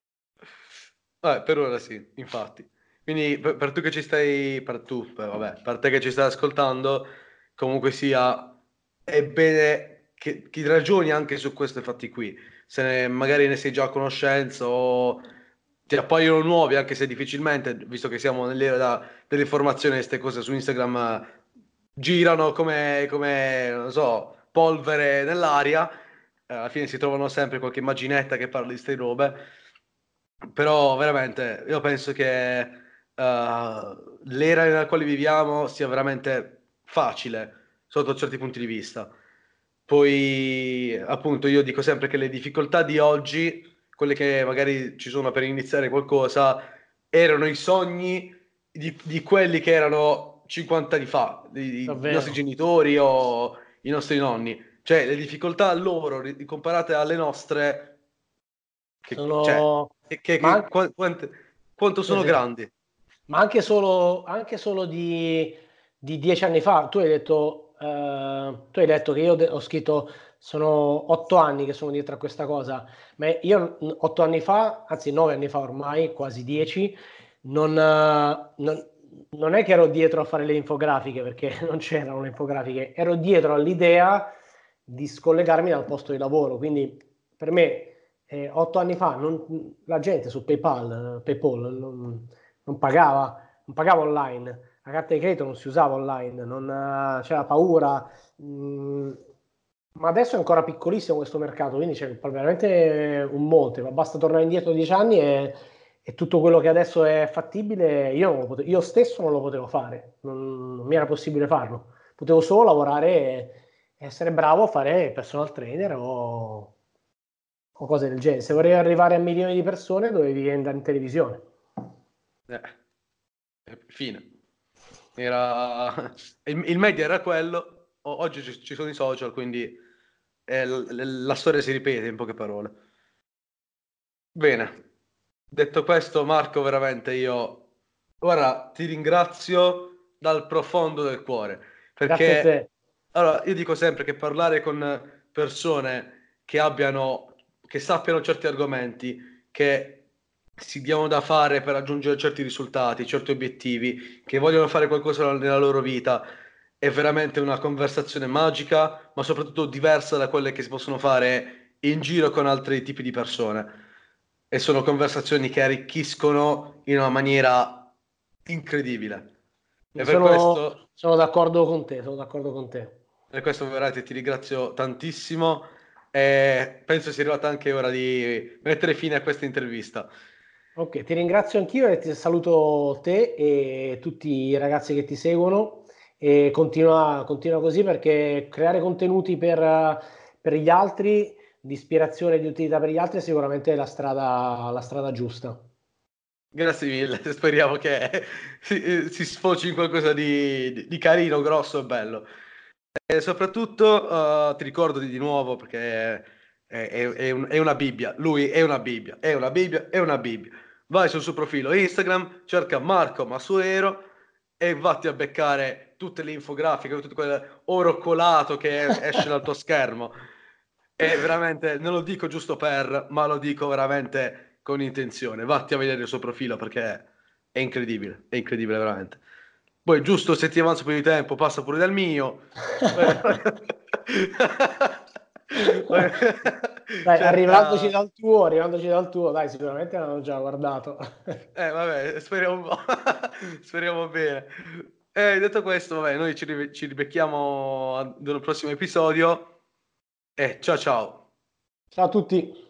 Vabbè, per ora sì, infatti. Quindi per, per tu che ci stai, per tu, per- vabbè, per te che ci stai ascoltando, comunque sia, è bene che, che ragioni anche su questi fatti qui. Se ne- magari ne sei già a conoscenza o ti appaiono nuovi, anche se difficilmente, visto che siamo nell'era da- dell'informazione, queste cose su Instagram eh, girano come, come, non so, polvere nell'aria. Eh, alla fine si trovano sempre qualche immaginetta che parla di ste robe. Però veramente io penso che eh, l'era nella quale viviamo sia veramente facile sotto certi punti di vista. Poi, appunto, io dico sempre che le difficoltà di oggi quelle che magari ci sono per iniziare qualcosa, erano i sogni di, di quelli che erano cinquanta anni fa, i, i nostri Davvero. genitori o i nostri nonni. Cioè, le difficoltà loro ri- comparate alle nostre, che, cioè, Sono... che, che- Ma che- anche... qua- quante- quanto Sì, sono sì. grandi. Ma anche solo, anche solo di, di dieci anni fa, tu hai detto, eh, tu hai detto che io de- ho scritto, sono otto anni che sono dietro a questa cosa, ma io n- otto anni fa, anzi nove anni fa ormai, quasi dieci, non, eh, non- non è che ero dietro a fare le infografiche, perché non c'erano le infografiche, ero dietro all'idea di scollegarmi dal posto di lavoro, quindi per me eh, otto anni fa non- la gente su PayPal, eh, PayPal non, non pagava, non pagava online, la carta di credito non si usava online, non, eh, c'era paura. mh, ma adesso è ancora piccolissimo questo mercato, quindi c'è veramente un monte, ma basta tornare indietro dieci anni e, e tutto quello che adesso è fattibile, io, non lo potevo- io stesso non lo potevo fare, non, non mi era possibile farlo. Potevo solo lavorare e essere bravo a fare il personal trainer o, o cose del genere. Se volevi arrivare a milioni di persone dovevi andare in televisione. Eh, eh, fine. Era... il, il media era quello, o- oggi ci, ci sono i social, quindi eh, l- l- la storia si ripete in poche parole. Bene, detto questo, Marco, veramente io ora ti ringrazio dal profondo del cuore, Grazie a perché te. allora io dico sempre che parlare con persone che abbiano, che sappiano certi argomenti, che si diano da fare per raggiungere certi risultati, certi obiettivi, che vogliono fare qualcosa nella loro vita, è veramente una conversazione magica, ma soprattutto diversa da quelle che si possono fare in giro con altri tipi di persone. E sono conversazioni che arricchiscono in una maniera incredibile. E per Sono, questo, sono d'accordo con te, sono d'accordo con te. per questo veramente ti ringrazio tantissimo e penso sia arrivata anche ora di mettere fine a questa intervista. Ok, ti ringrazio anch'io e ti saluto te e tutti i ragazzi che ti seguono e continua, continua così perché creare contenuti per, per gli altri, di ispirazione e di utilità per gli altri è sicuramente la strada, la strada giusta. Grazie mille, speriamo che si, si sfoci in qualcosa di, di- di carino, grosso e bello. E soprattutto eh, ti ricordo di, di nuovo perché è, è- è un- è una Bibbia, lui è una Bibbia, è una Bibbia, è una Bibbia. Vai sul suo profilo Instagram, cerca Marco Masuero e vatti a beccare tutte le infografiche, tutto quel oro colato che esce dal tuo schermo. E veramente, non lo dico giusto per, ma lo dico veramente con intenzione. Vatti a vedere il suo profilo perché è incredibile, è incredibile veramente. Poi, giusto se ti avanza un po' di tempo, passa pure dal mio. Dai, arrivandoci Cerca... dal tuo, arrivandoci dal tuo, dai, sicuramente l'hanno già guardato. Eh, vabbè, speriamo un po'. Speriamo bene. Eh, detto questo, vabbè, noi ci, rive- ci ribecchiamo ad un prossimo episodio e ciao ciao. Ciao a tutti.